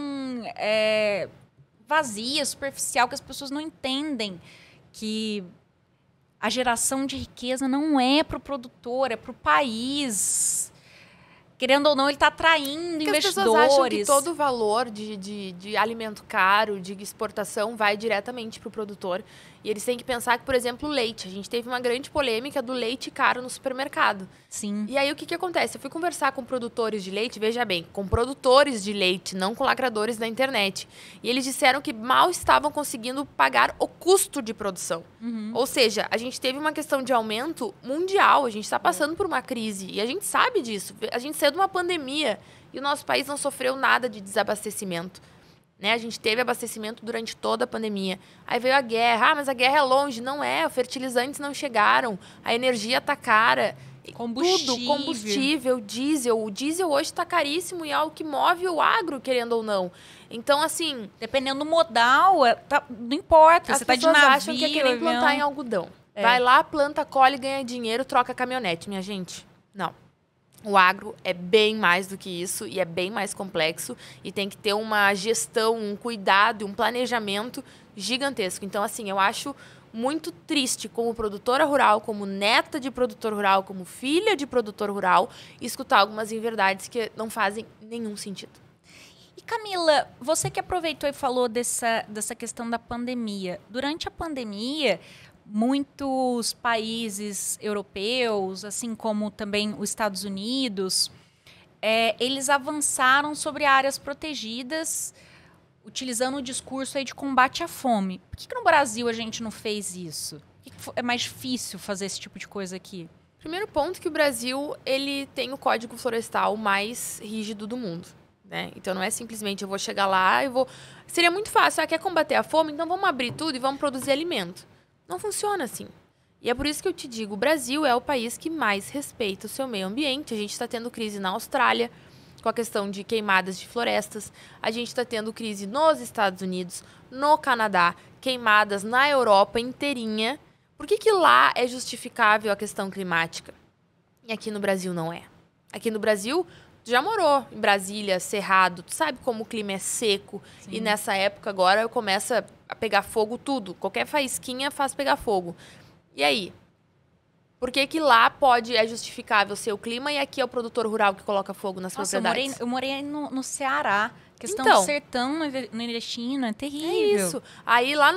vazia, superficial, que as pessoas não entendem que... A geração de riqueza não é para o produtor, é para o país. Querendo ou não, ele está atraindo investidores. As pessoas acham que todo o valor de alimento caro, de exportação, vai diretamente para o produtor. E eles têm que pensar que, por exemplo, o leite. A gente teve uma grande polêmica do leite caro no supermercado. Sim. E aí, o que acontece? Eu fui conversar com produtores de leite, veja bem, com produtores de leite, não com lacradores da internet. E eles disseram que mal estavam conseguindo pagar o custo de produção. Ou seja, a gente teve uma questão de aumento mundial. A gente está passando por uma crise. E a gente sabe disso. A gente saiu de uma pandemia e o nosso país não sofreu nada de desabastecimento. Né? A gente teve abastecimento durante toda a pandemia. Aí veio a guerra. Mas a guerra é longe. Não é. Os fertilizantes não chegaram. A energia tá cara. Combustível. Tudo. Combustível, diesel. O diesel hoje tá caríssimo e é algo que move o agro, querendo ou não. Então, assim... Dependendo do modal, não importa. As Você tá de pessoas navio, acham que é que nem plantar em algodão. Vai lá, planta, colhe, ganha dinheiro, troca caminhonete, minha gente. Não. O agro é bem mais do que isso e é bem mais complexo e tem que ter uma gestão, um cuidado, um planejamento gigantesco. Então, assim, eu acho muito triste como produtora rural, como neta de produtor rural, como filha de produtor rural, escutar algumas inverdades que não fazem nenhum sentido. E Camila, você que aproveitou e falou dessa questão da pandemia. Durante a pandemia, muitos países europeus, assim como também os Estados Unidos, eles avançaram sobre áreas protegidas, utilizando o discurso aí de combate à fome. Por que no Brasil a gente não fez isso? Por que é mais difícil fazer esse tipo de coisa aqui? Primeiro ponto que o Brasil ele tem o Código Florestal mais rígido do mundo. Né? Então não é simplesmente eu vou chegar lá e vou... Seria muito fácil, quer combater a fome? Então vamos abrir tudo e vamos produzir alimento. Não funciona assim. E é por isso que eu te digo, o Brasil é o país que mais respeita o seu meio ambiente. A gente está tendo crise na Austrália, com a questão de queimadas de florestas. A gente está tendo crise nos Estados Unidos, no Canadá, queimadas na Europa inteirinha. Por que lá é justificável a questão climática? E aqui no Brasil não é. Aqui no Brasil, tu já morou em Brasília, Cerrado, tu sabe como o clima é seco. Sim. E nessa época agora começa a pegar fogo tudo. Qualquer faísquinha faz pegar fogo. E aí? Por que lá é justificável ser o clima e aqui é o produtor rural que coloca fogo nas propriedades? Eu morei no Ceará. Questão do sertão nordestino é terrível. É isso. Aí lá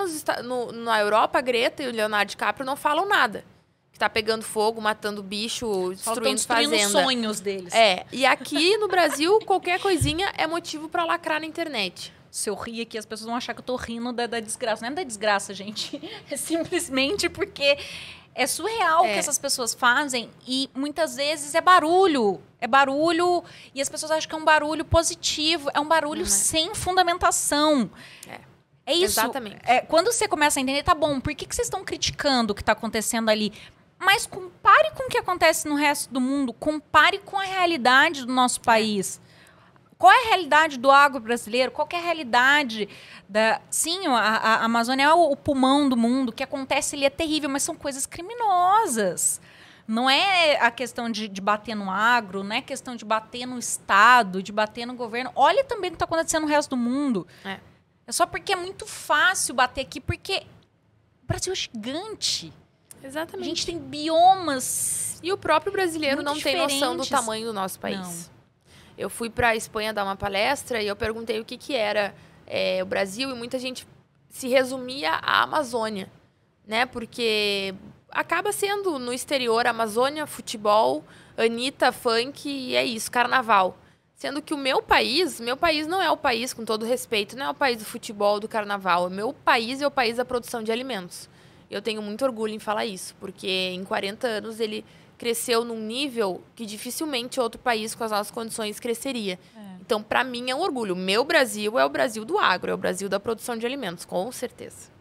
na Europa, a Greta e o Leonardo DiCaprio não falam nada. Que tá pegando fogo, matando bicho, destruindo fazenda. Os sonhos deles. E aqui no Brasil, qualquer coisinha é motivo pra lacrar na internet. Se eu rir aqui, as pessoas vão achar que eu tô rindo da desgraça. Não é da desgraça, gente. É simplesmente porque é surreal o que essas pessoas fazem e muitas vezes é barulho. É barulho e as pessoas acham que é um barulho positivo. É um barulho sem fundamentação. É isso. Exatamente. Quando você começa a entender, tá bom, por que vocês estão criticando o que tá acontecendo ali? Mas compare com o que acontece no resto do mundo. Compare com a realidade do nosso país. Qual é a realidade do agro brasileiro? Qual que é a realidade da... Sim, a Amazônia é o pulmão do mundo. O que acontece ali é terrível, mas são coisas criminosas. Não é a questão de bater no agro, não é questão de bater no Estado, de bater no governo. Olha também o que está acontecendo no resto do mundo. É só porque é muito fácil bater aqui, porque o Brasil é gigante. Exatamente. A gente tem biomas. E o próprio brasileiro não tem noção do tamanho do nosso país. Não. Eu fui para a Espanha dar uma palestra e eu perguntei o que era o Brasil e muita gente se resumia à Amazônia, né? Porque acaba sendo no exterior Amazônia, futebol, Anitta, funk e é isso, carnaval. Sendo que o meu país não é o país, com todo respeito, não é o país do futebol, do carnaval. O meu país é o país da produção de alimentos. Eu tenho muito orgulho em falar isso, porque em 40 anos ele cresceu num nível que dificilmente outro país com as nossas condições cresceria. Então, para mim, é um orgulho. O meu Brasil é o Brasil do agro, é o Brasil da produção de alimentos, com certeza.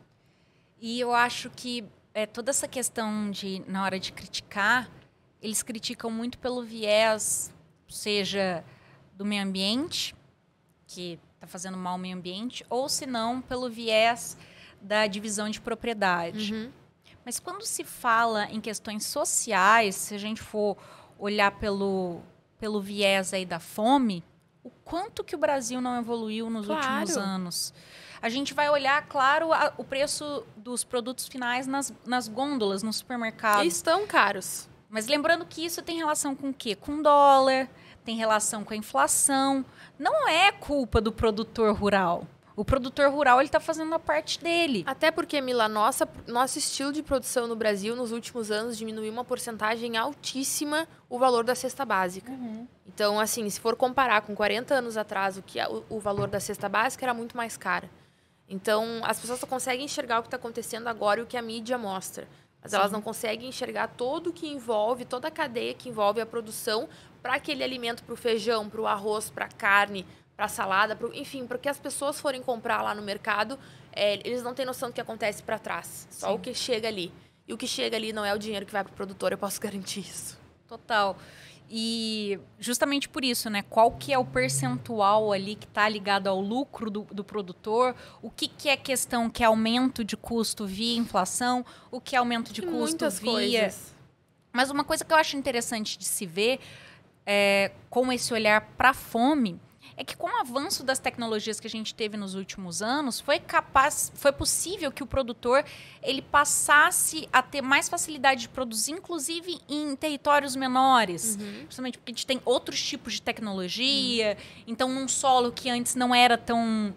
E eu acho que toda essa questão de, na hora de criticar, eles criticam muito pelo viés, seja do meio ambiente, que está fazendo mal ao meio ambiente, ou se não, pelo viés da divisão de propriedade. Mas quando se fala em questões sociais, se a gente for olhar pelo viés aí da fome, o quanto que o Brasil não evoluiu nos últimos anos. A gente vai olhar, claro, o preço dos produtos finais nas gôndolas, nos supermercados. E estão caros. Mas lembrando que isso tem relação com o quê? Com dólar, tem relação com a inflação. Não é culpa do produtor rural. O produtor rural, ele tá fazendo a parte dele. Até porque, Mila, nosso estilo de produção no Brasil, nos últimos anos, diminuiu uma porcentagem altíssima o valor da cesta básica. Então, assim, se for comparar com 40 anos atrás, o valor da cesta básica era muito mais cara. Então, as pessoas só conseguem enxergar o que está acontecendo agora e o que a mídia mostra. Mas elas não conseguem enxergar todo o que envolve, toda a cadeia que envolve a produção para aquele alimento, para o feijão, para o arroz, para a carne, para a salada, enfim, para que as pessoas forem comprar lá no mercado, eles não têm noção do que acontece para trás. Só o que chega ali. E o que chega ali não é o dinheiro que vai para o produtor, eu posso garantir isso. Total. E justamente por isso, né? Qual que é o percentual ali que está ligado ao lucro do produtor? O que é questão que é aumento de custo via inflação? O que é aumento de custo muitas via... coisas. Mas uma coisa que eu acho interessante de se ver com esse olhar para a fome é que com o avanço das tecnologias que a gente teve nos últimos anos, foi possível que o produtor ele passasse a ter mais facilidade de produzir, inclusive em territórios menores. Justamente porque a gente tem outros tipos de tecnologia. Então, num solo que antes não era tão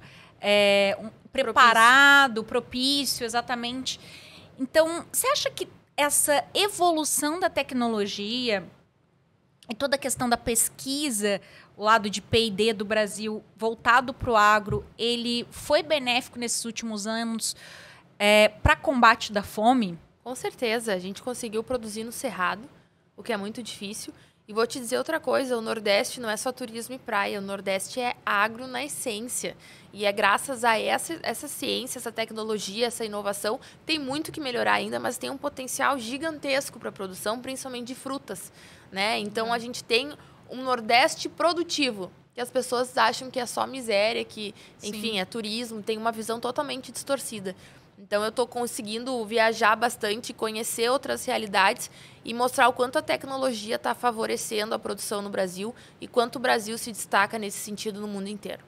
preparado, propício, exatamente. Então, você acha que essa evolução da tecnologia e toda a questão da pesquisa, o lado de P&D do Brasil voltado para o agro, ele foi benéfico nesses últimos anos para combate da fome? Com certeza. A gente conseguiu produzir no Cerrado, o que é muito difícil. E vou te dizer outra coisa, o Nordeste não é só turismo e praia, o Nordeste é agro na essência. E é graças a essa ciência, essa tecnologia, essa inovação, tem muito que melhorar ainda, mas tem um potencial gigantesco para a produção, principalmente de frutas, né? Então, a gente tem um Nordeste produtivo, que as pessoas acham que é só miséria, que, enfim, é turismo, tem uma visão totalmente distorcida. Então, eu estou conseguindo viajar bastante, conhecer outras realidades e mostrar o quanto a tecnologia está favorecendo a produção no Brasil e quanto o Brasil se destaca nesse sentido no mundo inteiro.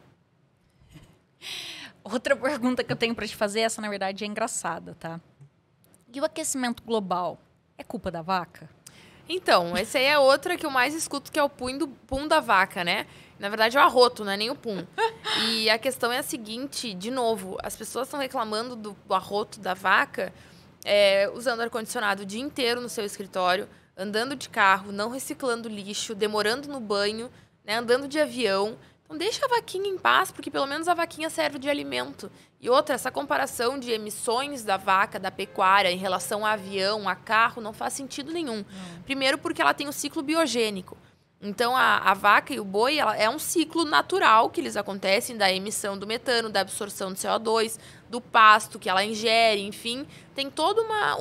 Outra pergunta que eu tenho para te fazer, essa na verdade é engraçada, tá? E o aquecimento global é culpa da vaca? Então, essa aí é outra que eu mais escuto, que é o pum da vaca, né? Na verdade, é o arroto, não é nem o pum. E a questão é a seguinte, de novo, as pessoas estão reclamando do arroto da vaca usando ar-condicionado o dia inteiro no seu escritório, andando de carro, não reciclando lixo, demorando no banho, né, andando de avião. Então, deixa a vaquinha em paz, porque pelo menos a vaquinha serve de alimento. E outra, essa comparação de emissões da vaca, da pecuária, em relação a avião, a carro, não faz sentido nenhum. Primeiro, porque ela tem um ciclo biogênico. Então, a vaca e o boi, é um ciclo natural que eles acontecem da emissão do metano, da absorção do CO2, do pasto que ela ingere, enfim. Tem toda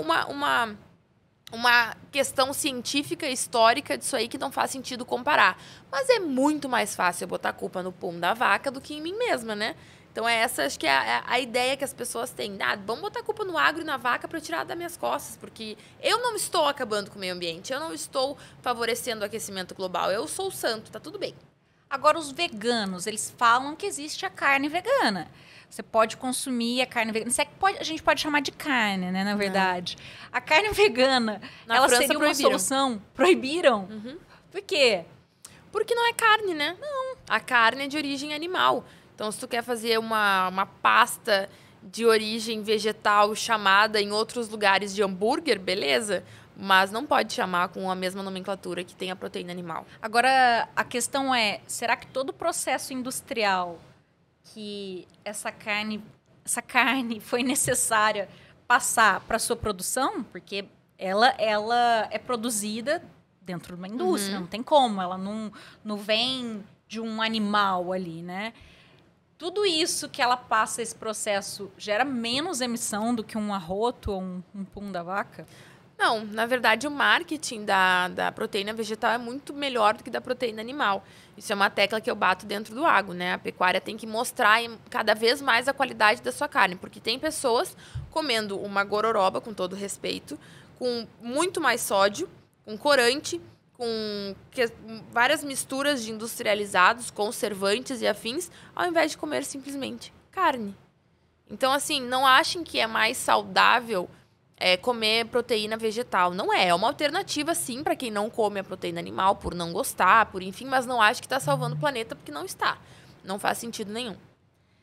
uma questão científica, histórica disso aí que não faz sentido comparar. Mas é muito mais fácil eu botar a culpa no pum da vaca do que em mim mesma, né? Então, essa acho que é a ideia que as pessoas têm. Vamos botar a culpa no agro e na vaca para eu tirar das minhas costas, porque eu não estou acabando com o meio ambiente, eu não estou favorecendo o aquecimento global, eu sou o santo, tá tudo bem. Agora, os veganos, eles falam que existe a carne vegana. Você pode consumir a carne vegana. A gente pode chamar de carne, né, na verdade. A carne vegana, ela seria uma solução? Proibiram? Por quê? Porque não é carne, né? Não. A carne é de origem animal. Então, se tu quer fazer uma pasta de origem vegetal chamada em outros lugares de hambúrguer, beleza. Mas não pode chamar com a mesma nomenclatura que tem a proteína animal. Agora, a questão é, será que todo o processo industrial que essa carne foi necessária passar para a sua produção? Porque ela é produzida dentro de uma indústria, não tem como. Ela não vem de um animal ali, né? Tudo isso que ela passa, esse processo, gera menos emissão do que um arroto ou um pum da vaca? Não, na verdade, o marketing da proteína vegetal é muito melhor do que da proteína animal. Isso é uma tecla que eu bato dentro do agro, né? A pecuária tem que mostrar cada vez mais a qualidade da sua carne, porque tem pessoas comendo uma gororoba, com todo respeito, com muito mais sódio, com corante, com várias misturas de industrializados, conservantes e afins, ao invés de comer simplesmente carne. Então, assim, não achem que é mais saudável comer proteína vegetal. Não é. É uma alternativa, sim, para quem não come a proteína animal, por não gostar, por enfim, mas não acho que está salvando o planeta, porque não está. Não faz sentido nenhum.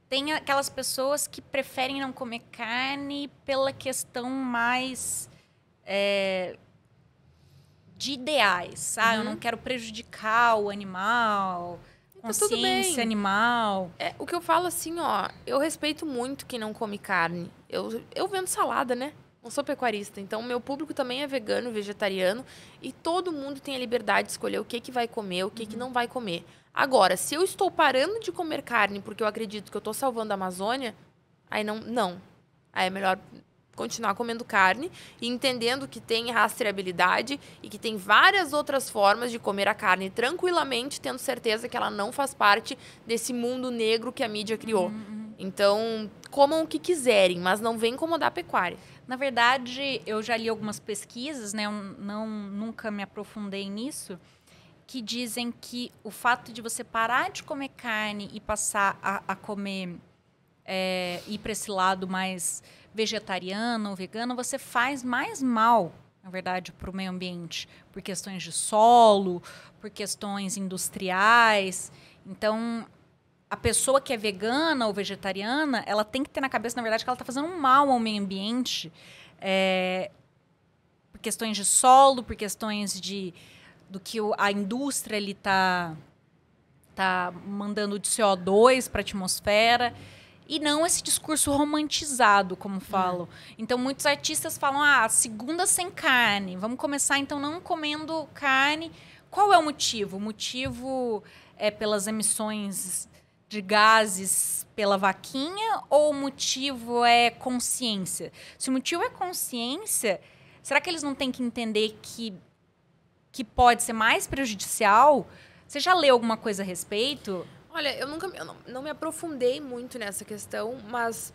tem aquelas pessoas que preferem não comer carne pela questão mais de ideais, sabe? Eu não quero prejudicar o animal, consciência animal. O que eu falo assim, ó, eu respeito muito quem não come carne. Eu vendo salada, né? Não sou pecuarista, então meu público também é vegano, vegetariano, e todo mundo tem a liberdade de escolher o que vai comer, o que não vai comer. Agora, se eu estou parando de comer carne porque eu acredito que eu estou salvando a Amazônia, aí não. Aí é melhor continuar comendo carne e entendendo que tem rastreabilidade e que tem várias outras formas de comer a carne tranquilamente, tendo certeza que ela não faz parte desse mundo negro que a mídia criou. Então, comam o que quiserem, mas não vem incomodar a pecuária. Na verdade, eu já li algumas pesquisas, né? Eu nunca me aprofundei nisso, que dizem que o fato de você parar de comer carne e passar a comer, ir para esse lado mais vegetariano ou vegano, você faz mais mal, na verdade, para o meio ambiente, por questões de solo, por questões industriais. Então, a pessoa que é vegana ou vegetariana, ela tem que ter na cabeça, na verdade, que ela está fazendo um mal ao meio ambiente, por questões de solo, por questões do que a indústria está mandando de CO2 para a atmosfera, e não esse discurso romantizado, como falam. Então, muitos artistas falam, segunda sem carne, vamos começar, então, não comendo carne. Qual é o motivo? O motivo é pelas emissões de gases pela vaquinha ou o motivo é consciência? Se o motivo é consciência, será que eles não têm que entender que pode ser mais prejudicial? Você já leu alguma coisa a respeito? Olha, eu não me aprofundei muito nessa questão, mas...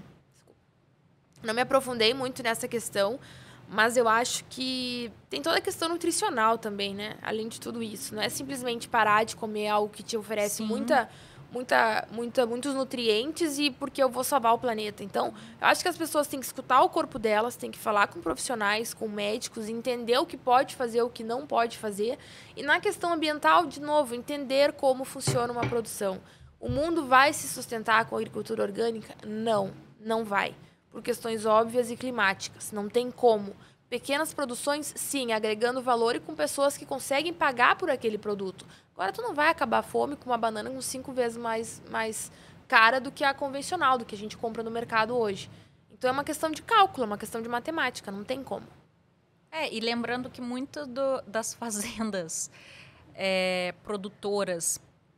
não me aprofundei muito nessa questão, mas eu acho que tem toda a questão nutricional também, né? Além de tudo isso. Não é simplesmente parar de comer algo que te oferece muitos nutrientes e porque eu vou salvar o planeta. Então, eu acho que as pessoas têm que escutar o corpo delas, têm que falar com profissionais, com médicos, entender o que pode fazer, o que não pode fazer. E na questão ambiental, de novo, entender como funciona uma produção. O mundo vai se sustentar com a agricultura orgânica? Não vai. Por questões óbvias e climáticas. Não tem como. Pequenas produções, sim, agregando valor e com pessoas que conseguem pagar por aquele produto. Agora, tu não vai acabar a fome com uma banana com 5 vezes mais cara do que a convencional, do que a gente compra no mercado hoje. Então, é uma questão de cálculo, é uma questão de matemática, não tem como. E lembrando que muito das fazendas produtoras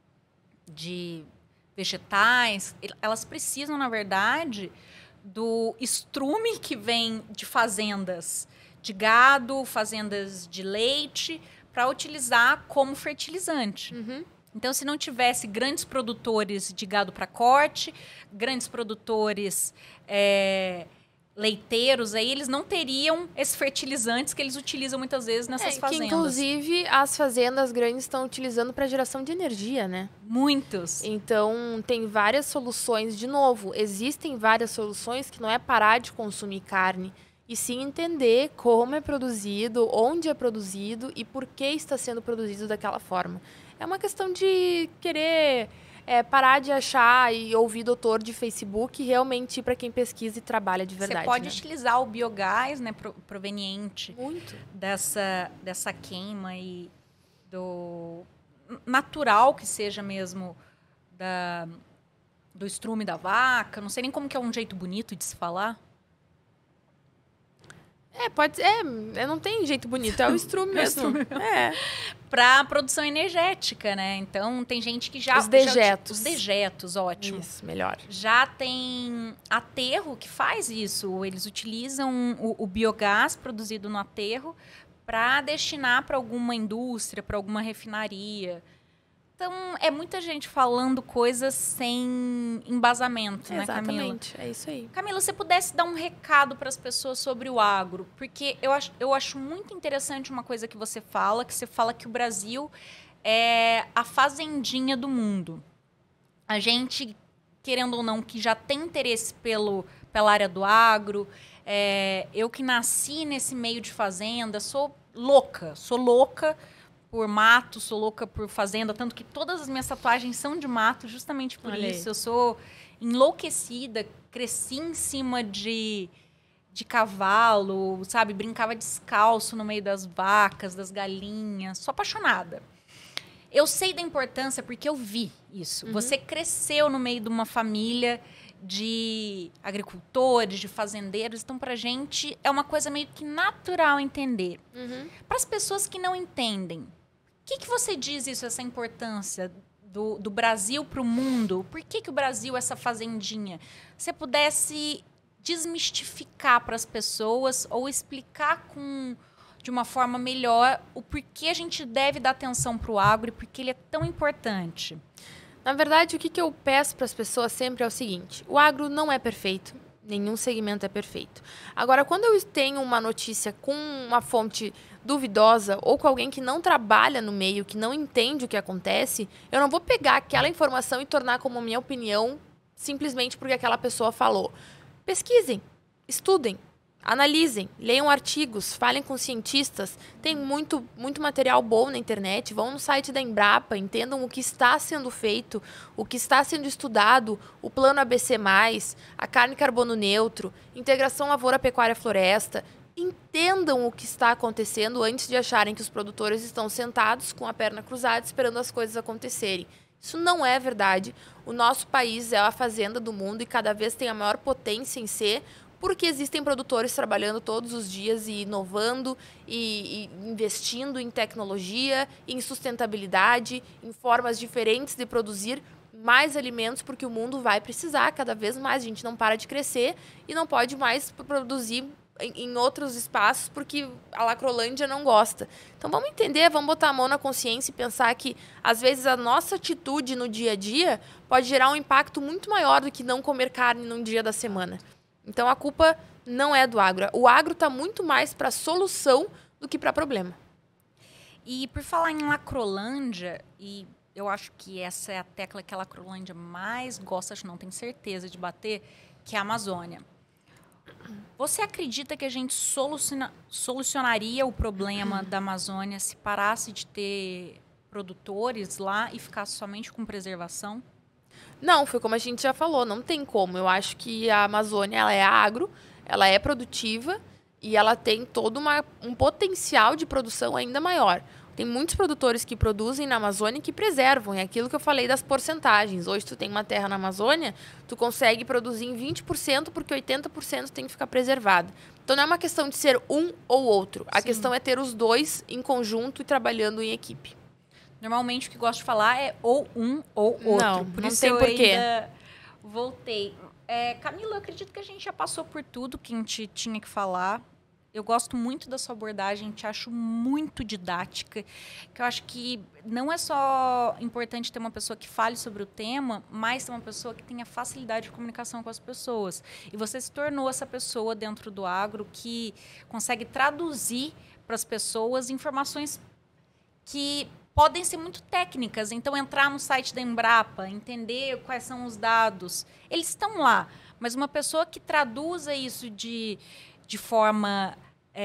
de vegetais, elas precisam, na verdade, do estrume que vem de fazendas de gado, fazendas de leite, para utilizar como fertilizante. Então, se não tivesse grandes produtores de gado para corte, grandes produtores leiteiros, aí eles não teriam esses fertilizantes que eles utilizam muitas vezes nessas fazendas. Que, inclusive, as fazendas grandes estão utilizando para geração de energia, né? Muitos. Então, tem várias soluções. De novo, existem várias soluções que não é parar de consumir carne, e sim entender como é produzido, onde é produzido e por que está sendo produzido daquela forma. É uma questão de querer parar de achar e ouvir doutor de Facebook e realmente ir para quem pesquisa e trabalha de verdade. Você pode utilizar o biogás, né, proveniente dessa queima e do natural que seja mesmo do estrume da vaca. Não sei nem como que é um jeito bonito de se falar. Pode ser. Não tem jeito bonito, é o estrume mesmo. Para produção energética, né? Então, tem gente que já... Os dejetos. Os dejetos, ótimo. Isso, melhor. Já tem aterro que faz isso. Eles utilizam o biogás produzido no aterro para destinar para alguma indústria, para alguma refinaria. Então, é muita gente falando coisas sem embasamento, né, Camila? Exatamente, é isso aí. Camila, se você pudesse dar um recado para as pessoas sobre o agro, porque eu acho muito interessante uma coisa que você fala que o Brasil é a fazendinha do mundo. A gente, querendo ou não, que já tem interesse pela área do agro, eu que nasci nesse meio de fazenda, sou louca por mato, sou louca por fazenda, tanto que todas as minhas tatuagens são de mato, justamente por isso. Eu sou enlouquecida, cresci em cima de cavalo, sabe? Brincava descalço no meio das vacas, das galinhas. Sou apaixonada. Eu sei da importância porque eu vi isso. Você cresceu no meio de uma família de agricultores, de fazendeiros. Então, pra gente, é uma coisa meio que natural entender. Para as pessoas que não entendem, o que você diz isso, essa importância do Brasil para o mundo? Por que o Brasil é essa fazendinha? Se você pudesse desmistificar para as pessoas ou explicar de uma forma melhor o porquê a gente deve dar atenção para o agro e porque ele é tão importante. Na verdade, o que eu peço para as pessoas sempre é o seguinte: o agro não é perfeito, nenhum segmento é perfeito. Agora, quando eu tenho uma notícia com uma fonte duvidosa ou com alguém que não trabalha no meio, que não entende o que acontece, eu não vou pegar aquela informação e tornar como minha opinião simplesmente porque aquela pessoa falou. Pesquisem, estudem, analisem, leiam artigos, falem com cientistas. Tem muito material bom na internet. Vão no site da Embrapa, entendam o que está sendo feito, o que está sendo estudado, o plano ABC+, a carne carbono neutro, integração lavoura-pecuária-floresta. Entendam o que está acontecendo antes de acharem que os produtores estão sentados com a perna cruzada esperando as coisas acontecerem. Isso não é verdade. O nosso país é a fazenda do mundo e cada vez tem a maior potência em ser, porque existem produtores trabalhando todos os dias e inovando e investindo em tecnologia, em sustentabilidade, em formas diferentes de produzir mais alimentos, porque o mundo vai precisar cada vez mais. A gente não para de crescer e não pode mais produzir em outros espaços porque a Lacrolândia não gosta. Então vamos entender, vamos botar a mão na consciência e pensar que às vezes a nossa atitude no dia a dia pode gerar um impacto muito maior do que não comer carne num dia da semana. Então a culpa não é do agro. O agro está muito mais para solução do que para problema. E por falar em Lacrolândia, e eu acho que essa é a tecla que a Lacrolândia mais gosta, acho não, tenho certeza de bater, que é a Amazônia. Você acredita que a gente solucionaria o problema da Amazônia se parasse de ter produtores lá e ficasse somente com preservação? Não, foi como a gente já falou, não tem como. Eu acho que a Amazônia ela é agro, ela é produtiva e ela tem todo um potencial de produção ainda maior. Tem muitos produtores que produzem na Amazônia e que preservam. É aquilo que eu falei das porcentagens. Hoje tu tem uma terra na Amazônia, tu consegue produzir em 20% porque 80% tem que ficar preservado. Então não é uma questão de ser um ou outro. A questão é ter os dois em conjunto e trabalhando em equipe. Normalmente o que gosto de falar é ou um ou outro. Não, Por não isso tem eu porquê. ainda voltei. Camila, eu acredito que a gente já passou por tudo que a gente tinha que falar. Eu gosto muito da sua abordagem, te acho muito didática, que eu acho que não é só importante ter uma pessoa que fale sobre o tema, mas ter uma pessoa que tenha facilidade de comunicação com as pessoas. E você se tornou essa pessoa dentro do agro que consegue traduzir para as pessoas informações que podem ser muito técnicas. Então, entrar no site da Embrapa, entender quais são os dados, eles estão lá. Mas uma pessoa que traduza isso de forma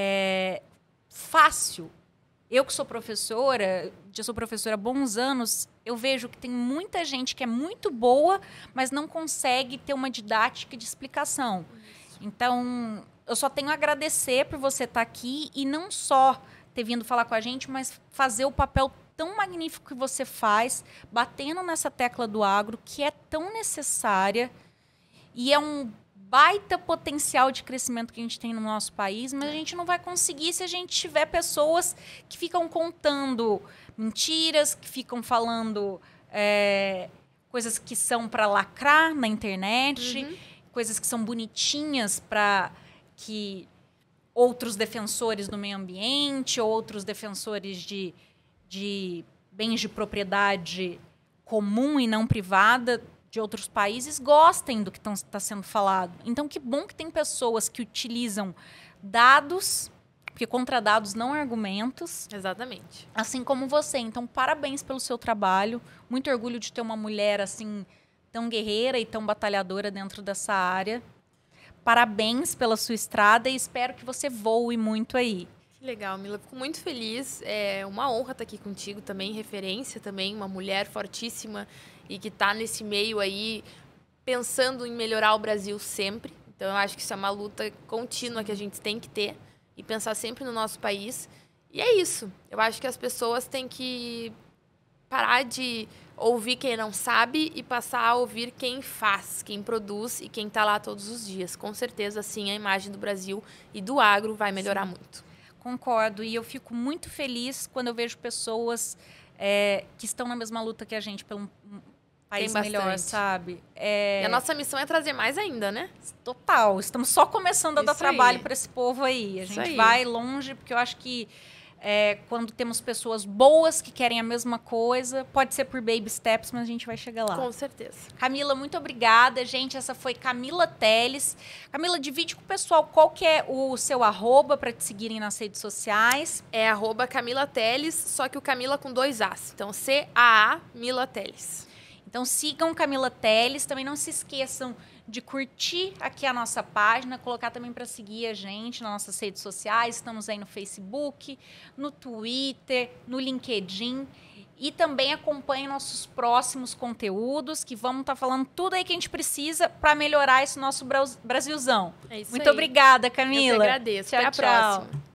fácil. Eu que sou professora, já sou professora há bons anos, eu vejo que tem muita gente que é muito boa, mas não consegue ter uma didática de explicação. Então, eu só tenho a agradecer por você estar aqui e não só ter vindo falar com a gente, mas fazer o papel tão magnífico que você faz, batendo nessa tecla do agro, que é tão necessária e é um baita potencial de crescimento que a gente tem no nosso país, mas a gente não vai conseguir se a gente tiver pessoas que ficam contando mentiras, que ficam falando coisas que são para lacrar na internet, coisas que são bonitinhas para que outros defensores do meio ambiente, outros defensores de bens de propriedade comum e não privada de outros países gostem do que está sendo falado. Então, que bom que tem pessoas que utilizam dados, porque contra dados não há argumentos. Exatamente. Assim como você. Então, parabéns pelo seu trabalho. Muito orgulho de ter uma mulher assim tão guerreira e tão batalhadora dentro dessa área. Parabéns pela sua estrada e espero que você voe muito aí. Que legal, Mila. Fico muito feliz. É uma honra estar aqui contigo também, referência também, uma mulher fortíssima e que está nesse meio aí pensando em melhorar o Brasil sempre. Então, eu acho que isso é uma luta contínua que a gente tem que ter e pensar sempre no nosso país. E é isso. Eu acho que as pessoas têm que parar de ouvir quem não sabe e passar a ouvir quem faz, quem produz e quem está lá todos os dias. Com certeza, sim, a imagem do Brasil e do agro vai melhorar muito. Concordo. E eu fico muito feliz quando eu vejo pessoas que estão na mesma luta que a gente pelo país melhor, sabe? E a nossa missão é trazer mais ainda, né? Total. Estamos só começando a dar Isso trabalho aí. para esse povo aí. A Isso gente aí. vai longe, porque eu acho que quando temos pessoas boas que querem a mesma coisa, pode ser por baby steps, mas a gente vai chegar lá. Com certeza. Camila, muito obrigada, gente. Essa foi Camila Teles. Camila, divide com o pessoal qual que é o seu arroba para te seguirem nas redes sociais. É @Camila Teles, só que o Camila com 2 As. Então, CAA Mila Teles. Então sigam Camila Teles. Também não se esqueçam de curtir aqui a nossa página, colocar também para seguir a gente nas nossas redes sociais. Estamos aí no Facebook, no Twitter, no LinkedIn. E também acompanhe nossos próximos conteúdos, que vamos estar falando tudo aí que a gente precisa para melhorar esse nosso Brasilzão. É isso Muito aí. obrigada, Camila. Eu que agradeço. Tchau, Até a tchau. próxima.